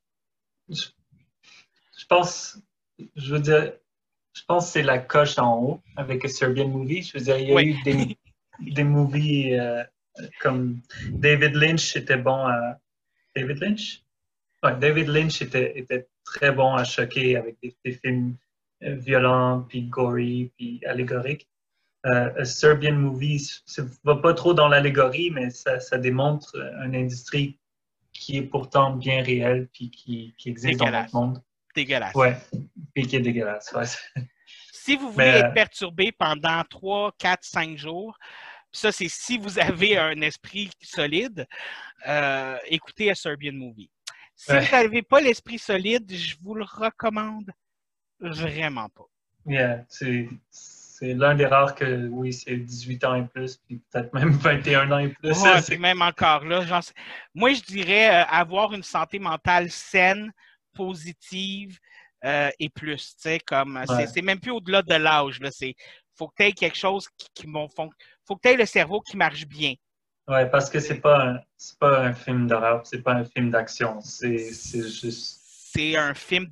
Je pense, je veux dire, je pense que c'est la coche en haut avec un Serbian Movie. Je veux dire, il y a eu des movies comme David Lynch était bon à... David Lynch? Ouais, David Lynch était très bon à choquer avec des films violents, puis gory, puis allégoriques. A Serbian Movie, ça va pas trop dans l'allégorie, mais ça démontre une industrie qui est pourtant bien réelle, puis qui existe dans notre monde. Dégueulasse. Ouais, puis qui est dégueulasse. Ouais. Si vous voulez être perturbé pendant 3, 4, 5 jours, ça c'est si vous avez un esprit solide, écoutez A Serbian Movie. Si vous n'avez pas l'esprit solide, je vous le recommande vraiment pas. Yeah, c'est l'un des rares que, oui, c'est 18 ans et plus, puis peut-être même 21 ans et plus. Ouais, c'est même encore là. Genre, moi, je dirais avoir une santé mentale saine, positive et plus. Comme, c'est même plus au-delà de l'âge. Il faut que tu aies quelque chose faut que tu aies le cerveau qui marche bien. Oui, parce que c'est pas un film d'horreur, c'est pas un film d'action. C'est juste... C'est un film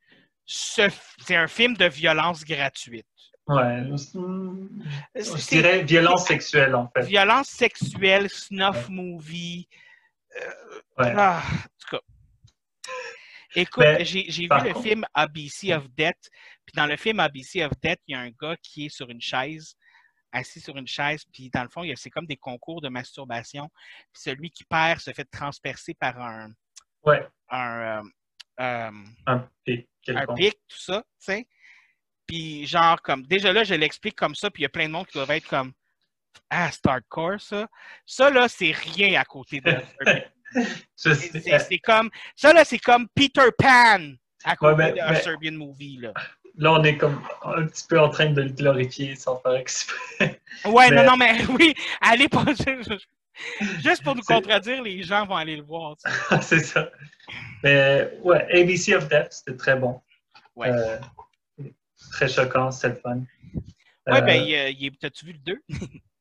de violence gratuite. Ouais, je dirais violence sexuelle, en fait. Violence sexuelle, snuff movie. En tout cas. Écoute, j'ai vu le film ABC of Death. Puis dans le film ABC of Death, il y a un gars qui est sur une chaise, assis sur une chaise, puis dans le fond, c'est comme des concours de masturbation. Puis celui qui perd se fait transpercer par un pic, tout ça, tu sais. Puis genre, comme, déjà là, je l'explique comme ça, puis il y a plein de monde qui doivent être comme, ah, c'est hardcore, ça. Ça, là, c'est rien à côté de c'est comme, ça, là, c'est comme Peter Pan à côté d'un Serbian Movie, là. Là, on est comme un petit peu en train de le glorifier sans faire exprès. Ouais, non, mais oui, allez pas... Juste pour nous contredire, les gens vont aller le voir. C'est ça. Mais ouais, ABC of Death, c'était très bon. Ouais. Très choquant, c'était le fun. Ouais, ben, t'as-tu vu le 2?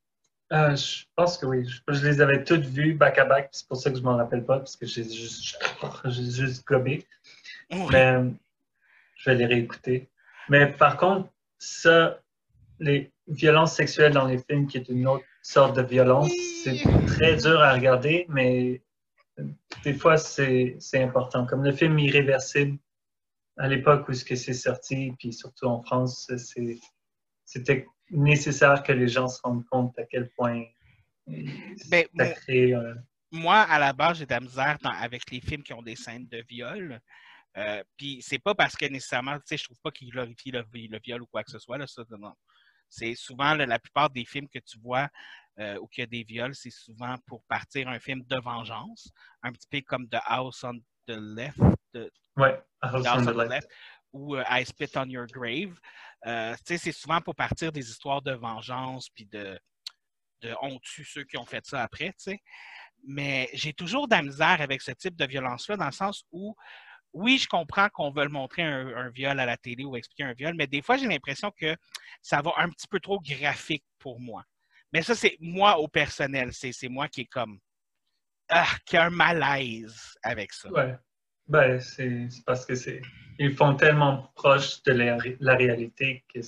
Je pense que oui. Je les avais toutes vues back-à-back, c'est pour ça que je m'en rappelle pas, parce que j'ai juste gobé. Oui. Mais je vais les réécouter. Mais par contre, ça, les violences sexuelles dans les films, qui est une autre sorte de violence, c'est Oui. très dur à regarder, mais des fois, c'est important. Comme le film Irréversible, à l'époque où c'est sorti, puis surtout en France, c'était nécessaire que les gens se rendent compte à quel point Ben, ça crée moi, à la base, j'ai de la misère avec les films qui ont des scènes de viol. Puis c'est pas parce que nécessairement, tu sais, je trouve pas qu'ils glorifient le viol ou quoi que ce soit, là, ça, non. C'est souvent, la plupart des films que tu vois où il y a des viols, c'est souvent pour partir un film de vengeance, un petit peu comme The House on the Left, ouais, The House on House the on the Left. Left ou I Spit on Your Grave. Tu sais, c'est souvent pour partir des histoires de vengeance, puis de on tue ceux qui ont fait ça après, tu sais. Mais j'ai toujours de la misère avec ce type de violence-là, dans le sens où oui, je comprends qu'on veut montrer un viol à la télé ou expliquer un viol, mais des fois, j'ai l'impression que ça va un petit peu trop graphique pour moi. Mais ça, c'est moi au personnel. C'est moi qui est comme qui a un malaise avec ça. Ouais. Ben, c'est parce que ils font tellement proche de la réalité que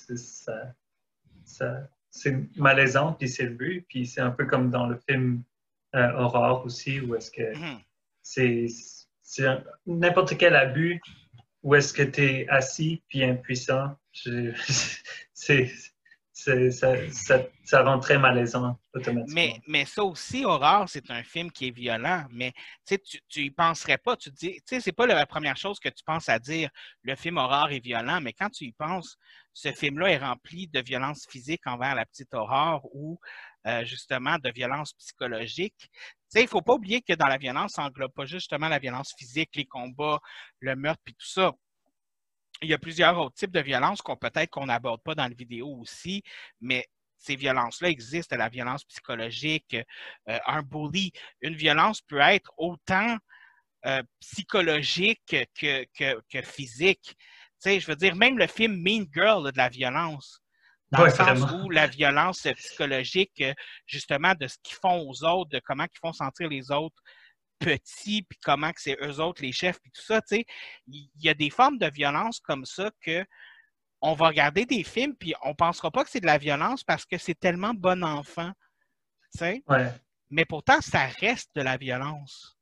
c'est malaisant, puis c'est le but. Puis c'est un peu comme dans le film Horror aussi, où est-ce que Mhm. c'est n'importe quel abus, où est-ce que tu es assis puis impuissant, c'est, ça rend très malaisant automatiquement. Mais ça aussi, Aurore, c'est un film qui est violent, mais tu y penserais pas. Tu te dis, tu sais, c'est pas la première chose que tu penses à dire, le film Aurore est violent, mais quand tu y penses, ce film-là est rempli de violence physique envers la petite Aurore ou justement de violence psychologique. Tu sais, il faut pas oublier que dans la violence, ça englobe pas justement la violence physique, les combats, le meurtre, puis tout ça. Il y a plusieurs autres types de violences qu'on n'aborde pas dans la vidéo aussi, mais ces violences-là existent, la violence psychologique, un bully. Une violence peut être autant psychologique que physique. Tu sais, je veux dire, même le film Mean Girl a de la violence, dans le Ouais, sens vraiment. où la violence psychologique, justement, de ce qu'ils font aux autres, de comment ils font sentir les autres petits, puis comment que c'est eux autres les chefs, puis tout ça, tu sais, il y a des formes de violence comme ça que on va regarder des films, puis on pensera pas que c'est de la violence parce que c'est tellement bon enfant, tu sais, Ouais, mais pourtant, ça reste de la violence.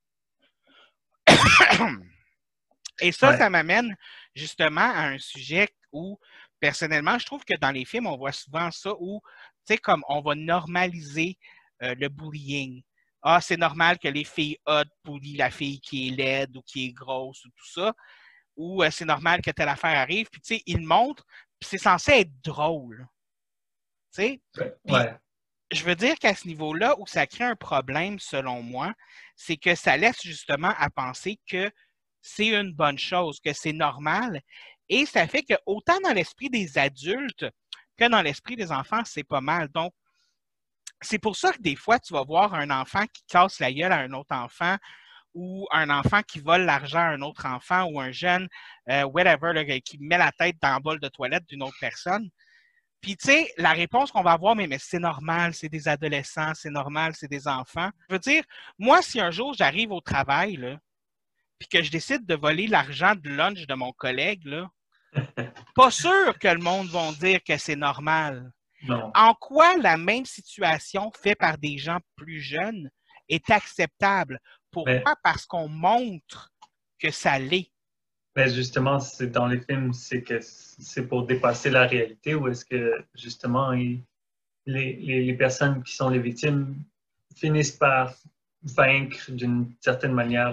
Et ça ouais, m'amène justement à un sujet où, personnellement, je trouve que dans les films, on voit souvent ça où, tu sais, comme on va normaliser le bullying. Ah, c'est normal que les filles hot bullient la fille qui est laide ou qui est grosse ou tout ça. Ou c'est normal que telle affaire arrive. Puis, tu sais, ils le montrent, puis c'est censé être drôle. Tu sais? Puis, ouais. je veux dire qu'à ce niveau-là, où ça crée un problème, selon moi, c'est que ça laisse justement à penser que c'est une bonne chose, que c'est normal. Et ça fait que autant dans l'esprit des adultes que dans l'esprit des enfants, c'est pas mal. Donc, c'est pour ça que des fois, tu vas voir un enfant qui casse la gueule à un autre enfant ou un enfant qui vole l'argent à un autre enfant ou un jeune, whatever, là, qui met la tête dans le bol de toilette d'une autre personne. Puis, tu sais, la réponse qu'on va avoir, mais c'est normal, c'est des adolescents, c'est normal, c'est des enfants. Je veux dire, moi, si un jour j'arrive au travail, là, puis que je décide de voler l'argent de lunch de mon collègue, là, pas sûr que le monde va dire que c'est normal. Non. En quoi la même situation faite par des gens plus jeunes est acceptable? Mais, Pourquoi? Parce qu'on montre que ça l'est. mais justement, c'est dans les films, c'est que c'est pour dépasser la réalité, ou est-ce que justement, les personnes qui sont les victimes finissent par vaincre d'une certaine manière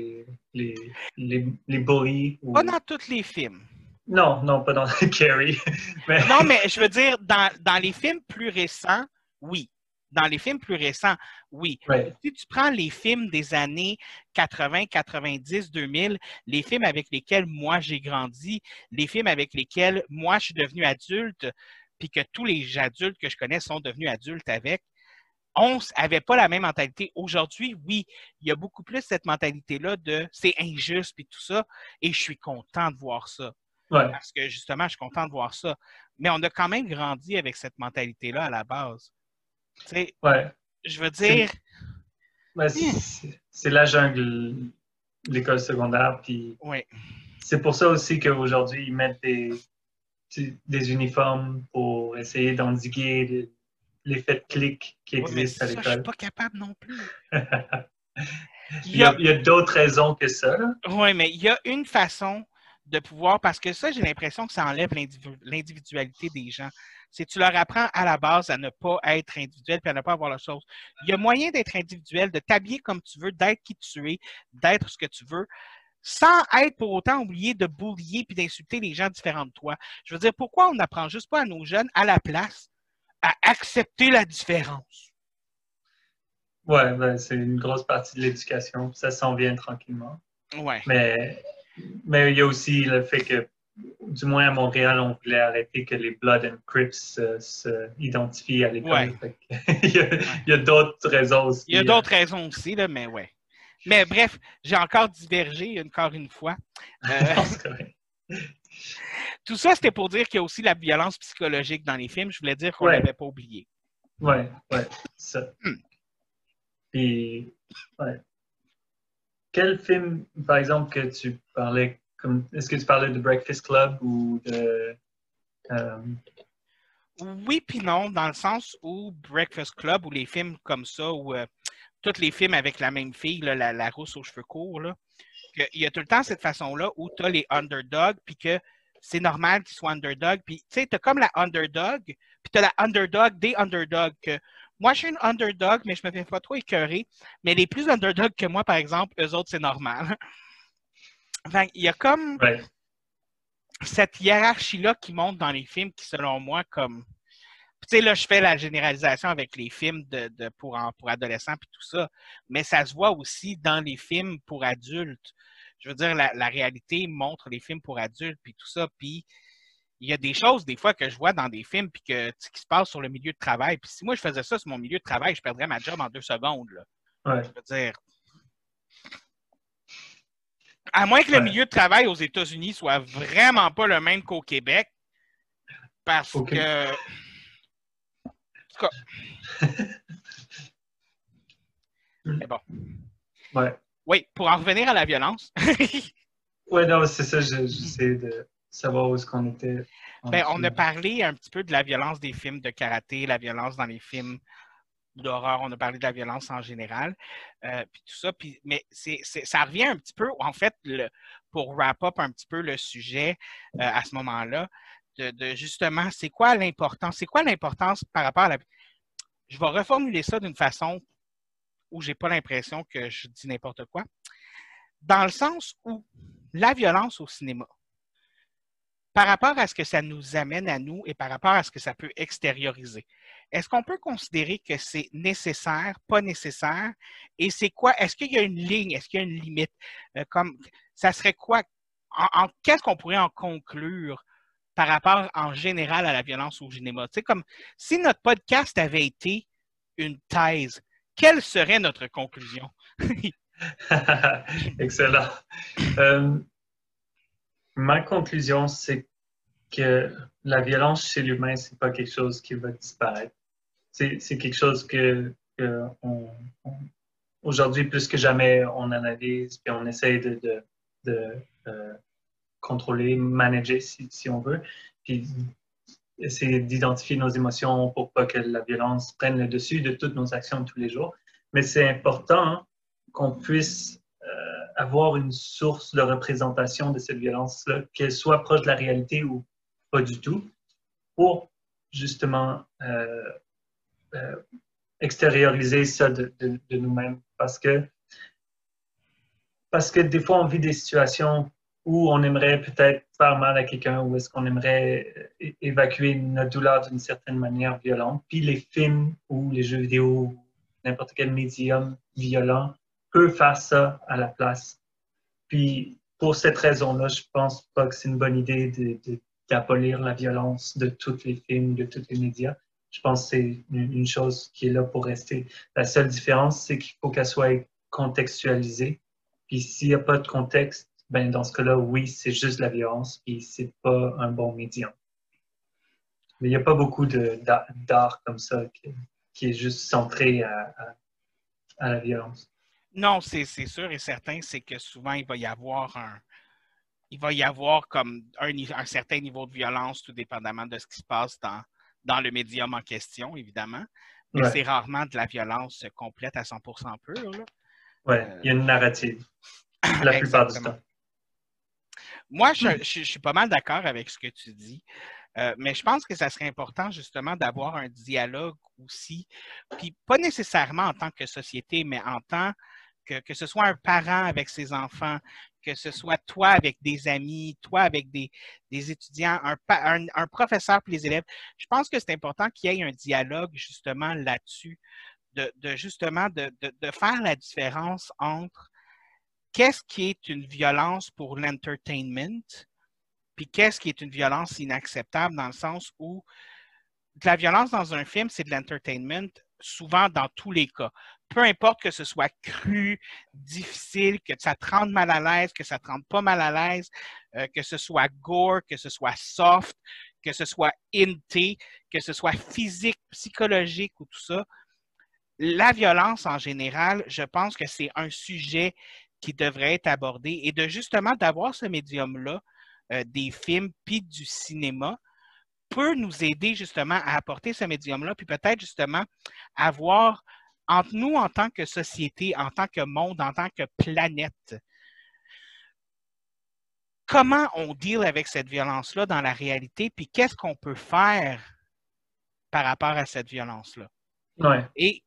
les bullies Pas ou... dans tous les films. Non, non, pas dans Carrie, mais Non, mais je veux dire, dans les films plus récents, oui. Dans les films plus récents, oui. ouais, Si tu prends les films des années 80, 90, 2000, les films avec lesquels moi j'ai grandi, les films avec lesquels moi je suis devenu adulte, puis que tous les adultes que je connais sont devenus adultes avec, on n'avait pas la même mentalité. Aujourd'hui, oui, il y a beaucoup plus cette mentalité-là de c'est injuste puis tout ça, et je suis content de voir ça. ouais, Parce que justement, je suis content de voir ça. Mais on a quand même grandi avec cette mentalité-là à la base. Tu sais, Ouais. je veux dire... C'est la jungle, l'école secondaire, puis Oui. c'est pour ça aussi qu'aujourd'hui, ils mettent des uniformes pour essayer d'endiguer l'effet de clic qui Oui, mais existe à ça, je suis l'école. pas capable non plus. Il Il y y a, a d'autres raisons que ça, là. oui, mais il y a une façon de pouvoir, parce que ça, j'ai l'impression que ça enlève l'individualité des gens. C'est que tu leur apprends à la base à ne pas être individuel et à ne pas avoir la chose. Il y a moyen d'être individuel, de t'habiller comme tu veux, d'être qui tu es, d'être ce que tu veux, sans être pour autant oublié de boulier puis d'insulter les gens différents de toi. Je veux dire, pourquoi on n'apprend juste pas à nos jeunes, à la place, à accepter la différence? Ouais, ben, c'est une grosse partie de l'éducation. Ça s'en vient tranquillement. Ouais. Mais il y a aussi le fait que, du moins à Montréal, on voulait arrêter que les Blood and Crips se identifient à l'école. Ouais. Il y a d'autres raisons aussi. Il y a d'autres raisons aussi, là, mais ouais. Mais bref, j'ai encore divergé encore une fois. Non, c'est correct. Tout ça, c'était pour dire qu'il y a aussi la violence psychologique dans les films. Je voulais dire qu'on ne Ouais. l'avait pas oublié. Ouais, ça. Puis, ouais. Quel film, par exemple, que tu parlais, est-ce que tu parlais de Breakfast Club ou de... Oui, puis non, dans le sens où Breakfast Club ou les films comme ça, ou tous les films avec la même fille, là, la rousse aux cheveux courts, là, il y a tout le temps cette façon-là où tu as les underdogs, puis que c'est normal qu'ils soient underdogs. Puis, tu sais, tu as comme la underdog, puis tu as la underdog des underdogs. Que moi, je suis une underdog, mais je me fais pas trop écœurer. Mais les plus underdogs que moi, par exemple, eux autres, c'est normal. Enfin, il y a comme Ouais. cette hiérarchie-là qui monte dans les films qui, selon moi, comme... Tu sais, là, je fais la généralisation avec les films pour adolescents puis tout ça, mais ça se voit aussi dans les films pour adultes. Je veux dire, la réalité montre les films pour adultes puis tout ça, puis il y a des choses, des fois, que je vois dans des films puis qui se passent sur le milieu de travail. Puis si moi, je faisais ça sur mon milieu de travail, je perdrais ma job en 2 secondes, là. Ouais. Je veux dire... À moins que le milieu de travail aux États-Unis soit vraiment pas le même qu'au Québec, parce que... Mais bon. Ouais. Oui, pour en revenir à la violence. Ouais, non, c'est ça, j'essaie de savoir où est-ce qu'on était. Ben, on a parlé un petit peu de la violence des films de karaté, la violence dans les films d'horreur, on a parlé de la violence en général, puis tout ça. Mais ça revient un petit peu, en fait, pour wrap up un petit peu le sujet à ce moment-là, de justement, c'est quoi l'importance par rapport à la... Je vais reformuler ça d'une façon où j'ai pas l'impression que je dis n'importe quoi. Dans le sens où la violence au cinéma, par rapport à ce que ça nous amène à nous et par rapport à ce que ça peut extérioriser, est-ce qu'on peut considérer que c'est nécessaire, pas nécessaire? Et c'est quoi? Est-ce qu'il y a une ligne? Est-ce qu'il y a une limite? Ça serait quoi? Qu'est-ce qu'on pourrait en conclure par rapport en général à la violence au cinéma? Tu sais, comme si notre podcast avait été une thèse, quelle serait notre conclusion? Excellent. Ma conclusion, c'est que la violence chez l'humain, c'est pas quelque chose qui va disparaître. C'est quelque chose aujourd'hui, plus que jamais, on analyse puis on essaye de contrôler, manager, si on veut, puis essayer d'identifier nos émotions pour pas que la violence prenne le dessus de toutes nos actions de tous les jours. Mais c'est important qu'on puisse avoir une source de représentation de cette violence-là, qu'elle soit proche de la réalité ou pas du tout, pour justement extérioriser ça de nous-mêmes. Parce que des fois, on vit des situations où on aimerait peut-être faire mal à quelqu'un, ou est-ce qu'on aimerait évacuer notre douleur d'une certaine manière violente. Puis les films ou les jeux vidéo, n'importe quel médium violent peut faire ça à la place. Puis pour cette raison-là, je pense pas que c'est une bonne idée d'abolir la violence de tous les films, de tous les médias. Je pense que c'est une chose qui est là pour rester. La seule différence, c'est qu'il faut qu'elle soit contextualisée. Puis s'il n'y a pas de contexte, ben dans ce cas-là, oui, c'est juste la violence, puis c'est pas un bon médium. Mais il n'y a pas beaucoup d'art comme ça qui est juste centré à la violence. Non, c'est sûr et certain, c'est que souvent, il va y avoir comme un certain niveau de violence, tout dépendamment de ce qui se passe dans le médium en question, évidemment. Mais Ouais. c'est rarement de la violence complète à 100% pure. Là. Ouais, il y a une narrative la plupart du Exactement. temps. Moi, je suis pas mal d'accord avec ce que tu dis. Mais je pense que ça serait important justement d'avoir un dialogue aussi, puis pas nécessairement en tant que société, mais en tant que ce soit un parent avec ses enfants, que ce soit toi avec des amis, toi avec des étudiants, un professeur pour les élèves. Je pense que c'est important qu'il y ait un dialogue justement là-dessus, justement de faire la différence entre qu'est-ce qui est une violence pour l'entertainment, puis qu'est-ce qui est une violence inacceptable dans le sens où de la violence dans un film, c'est de l'entertainment, souvent dans tous les cas. Peu importe que ce soit cru, difficile, que ça te rende mal à l'aise, que ça te rende pas mal à l'aise, que ce soit gore, que ce soit soft, que ce soit inté, que ce soit physique, psychologique ou tout ça. La violence en général, je pense que c'est un sujet qui devrait être abordé et de justement d'avoir ce médium-là, des films puis du cinéma, peut nous aider justement à apporter ce médium-là, puis peut-être justement avoir entre nous en tant que société, en tant que monde, en tant que planète, comment on deal avec cette violence-là dans la réalité, puis qu'est-ce qu'on peut faire par rapport à cette violence-là. Ouais. Et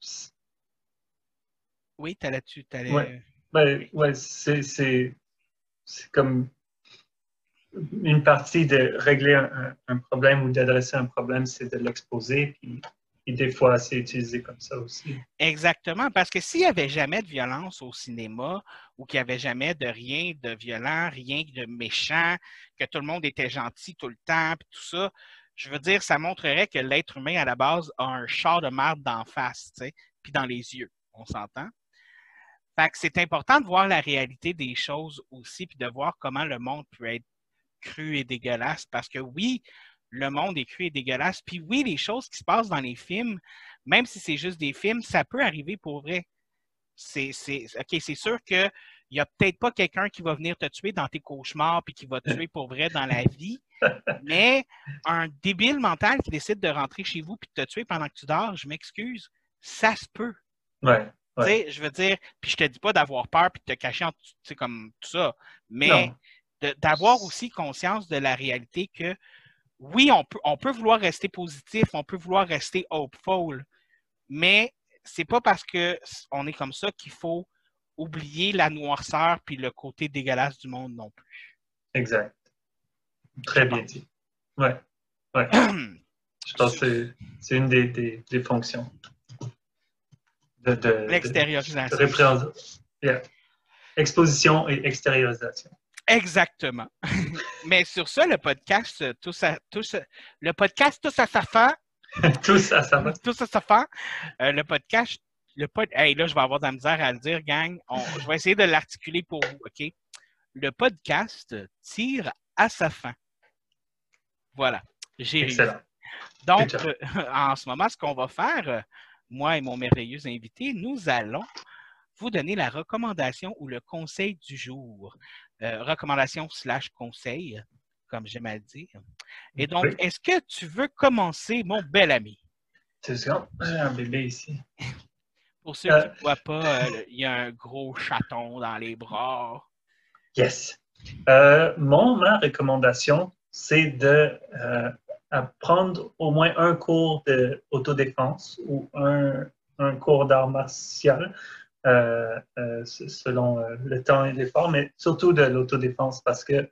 oui, t'allais-tu? Ouais. Ben, ouais, c'est comme une partie de régler un problème ou d'adresser un problème, c'est de l'exposer. Puis des fois, c'est utilisé comme ça aussi. Exactement, parce que s'il n'y avait jamais de violence au cinéma ou qu'il n'y avait jamais de rien de violent, rien de méchant, que tout le monde était gentil tout le temps, puis tout ça, je veux dire, ça montrerait que l'être humain, à la base, a un char de marde d'en face, tu sais, puis dans les yeux, on s'entend? Fait que c'est important de voir la réalité des choses aussi, puis de voir comment le monde peut être cru et dégueulasse, parce que oui, le monde est cru et dégueulasse, puis oui, les choses qui se passent dans les films, même si c'est juste des films, ça peut arriver pour vrai. C'est sûr qu'il n'y a peut-être pas quelqu'un qui va venir te tuer dans tes cauchemars puis qui va te tuer pour vrai dans la vie, mais un débile mental qui décide de rentrer chez vous puis de te tuer pendant que tu dors, je m'excuse, ça se peut. Ouais. Tu sais, je veux dire, puis je te dis pas d'avoir peur puis de te cacher en comme tout ça, mais non. d'avoir aussi conscience de la réalité que oui, on peut vouloir rester positif, on peut vouloir rester hopeful, mais c'est pas parce qu'on est comme ça qu'il faut oublier la noirceur puis le côté dégueulasse du monde non plus. Exact. Très bien dit. Ouais. Ouais. Je pense que c'est une des fonctions de l'extériorisation. Yeah. Exposition et extériorisation. Exactement. Mais sur ça, le podcast, le podcast Tous à sa fin. Tous à sa fin. Tous à sa fin. Le podcast, hey, là, je vais avoir de la misère à le dire, gang. Je vais essayer de l'articuler pour vous, OK? Le podcast tire à sa fin. Voilà. J'ai réussi. Donc, en ce moment, ce qu'on va faire, moi et mon merveilleux invité, nous allons vous donner la recommandation ou le conseil du jour. Recommandation / conseil, comme j'aime à le dire. Et donc, oui. Est-ce que tu veux commencer, mon bel ami? C'est ça, j'ai un bébé ici. Pour ceux qui ne voient pas, il y a un gros chaton dans les bras. Yes. Ma recommandation, c'est de prendre au moins un cours d'autodéfense ou un cours d'art martial selon le temps et l'effort, mais surtout de l'autodéfense parce que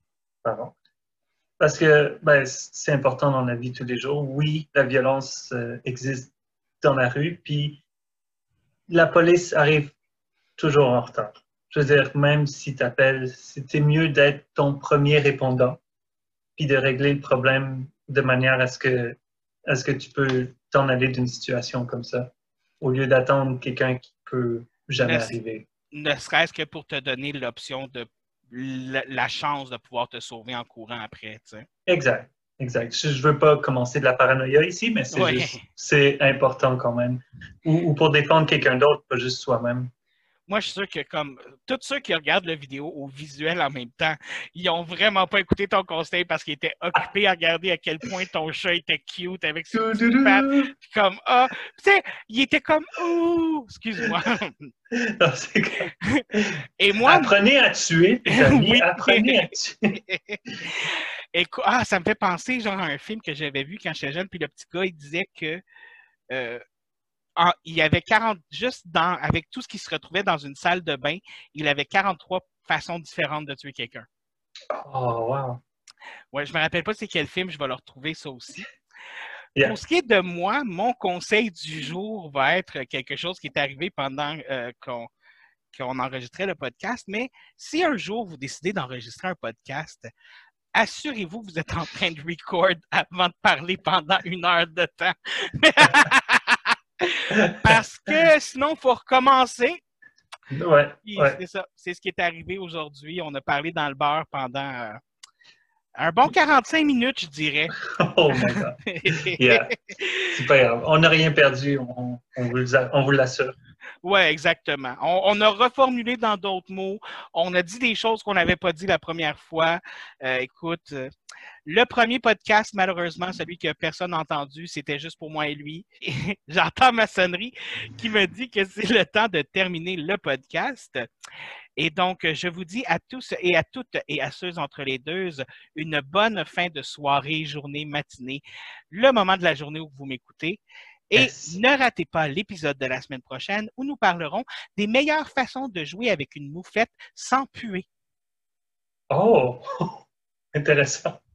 c'est important dans la vie de tous les jours. Oui, la violence existe dans la rue, puis la police arrive toujours en retard. Je veux dire, même si tu appelles, c'était mieux d'être ton premier répondant, puis de régler le problème de manière à ce que tu peux t'en aller d'une situation comme ça, au lieu d'attendre quelqu'un qui peut jamais arriver. Ne serait-ce que pour te donner l'option de la chance de pouvoir te sauver en courant après. Tu sais. Exact. exact. Je ne veux pas commencer de la paranoïa ici, mais c'est Ouais. juste, c'est important quand même. Ou pour défendre quelqu'un d'autre, pas juste soi-même. Moi, je suis sûr que comme tous ceux qui regardent la vidéo au visuel en même temps, ils ont vraiment pas écouté ton conseil parce qu'ils étaient occupés à regarder à quel point ton chat était cute avec ses petites pattes. Puis comme, ah, tu sais, il était comme, ouh, excuse-moi. Non, c'est que- Et moi, Apprenez à tuer, les amis. oui. Apprenez à tuer. Et, ça me fait penser genre à un film que j'avais vu quand j'étais jeune, puis le petit gars, il disait que il y avait 40, juste avec tout ce qui se retrouvait dans une salle de bain, il avait 43 façons différentes de tuer quelqu'un. Oh, wow. Ouais, je me rappelle pas c'est quel film, je vais le retrouver ça aussi. Yeah. Pour ce qui est de moi, mon conseil du jour va être quelque chose qui est arrivé pendant qu'on enregistrait le podcast, mais si un jour vous décidez d'enregistrer un podcast, assurez-vous que vous êtes en train de record avant de parler pendant 1 heure de temps. Parce que sinon, il faut recommencer. Ouais, ouais. C'est ça. C'est ce qui est arrivé aujourd'hui. On a parlé dans le bar pendant un bon 45 minutes, je dirais. Oh my God. Yeah. C'est pas grave. On n'a rien perdu, on vous l'assure. Oui, exactement. On a reformulé dans d'autres mots. On a dit des choses qu'on n'avait pas dit la première fois. Écoute, le premier podcast, malheureusement, celui que personne n'a entendu, c'était juste pour moi et lui. J'entends ma sonnerie qui me dit que c'est le temps de terminer le podcast. Et donc, je vous dis à tous et à toutes et à ceux entre les deux, une bonne fin de soirée, journée, matinée, le moment de la journée où vous m'écoutez. Et ne ratez pas l'épisode de la semaine prochaine où nous parlerons des meilleures façons de jouer avec une moufette sans puer. Oh, intéressant.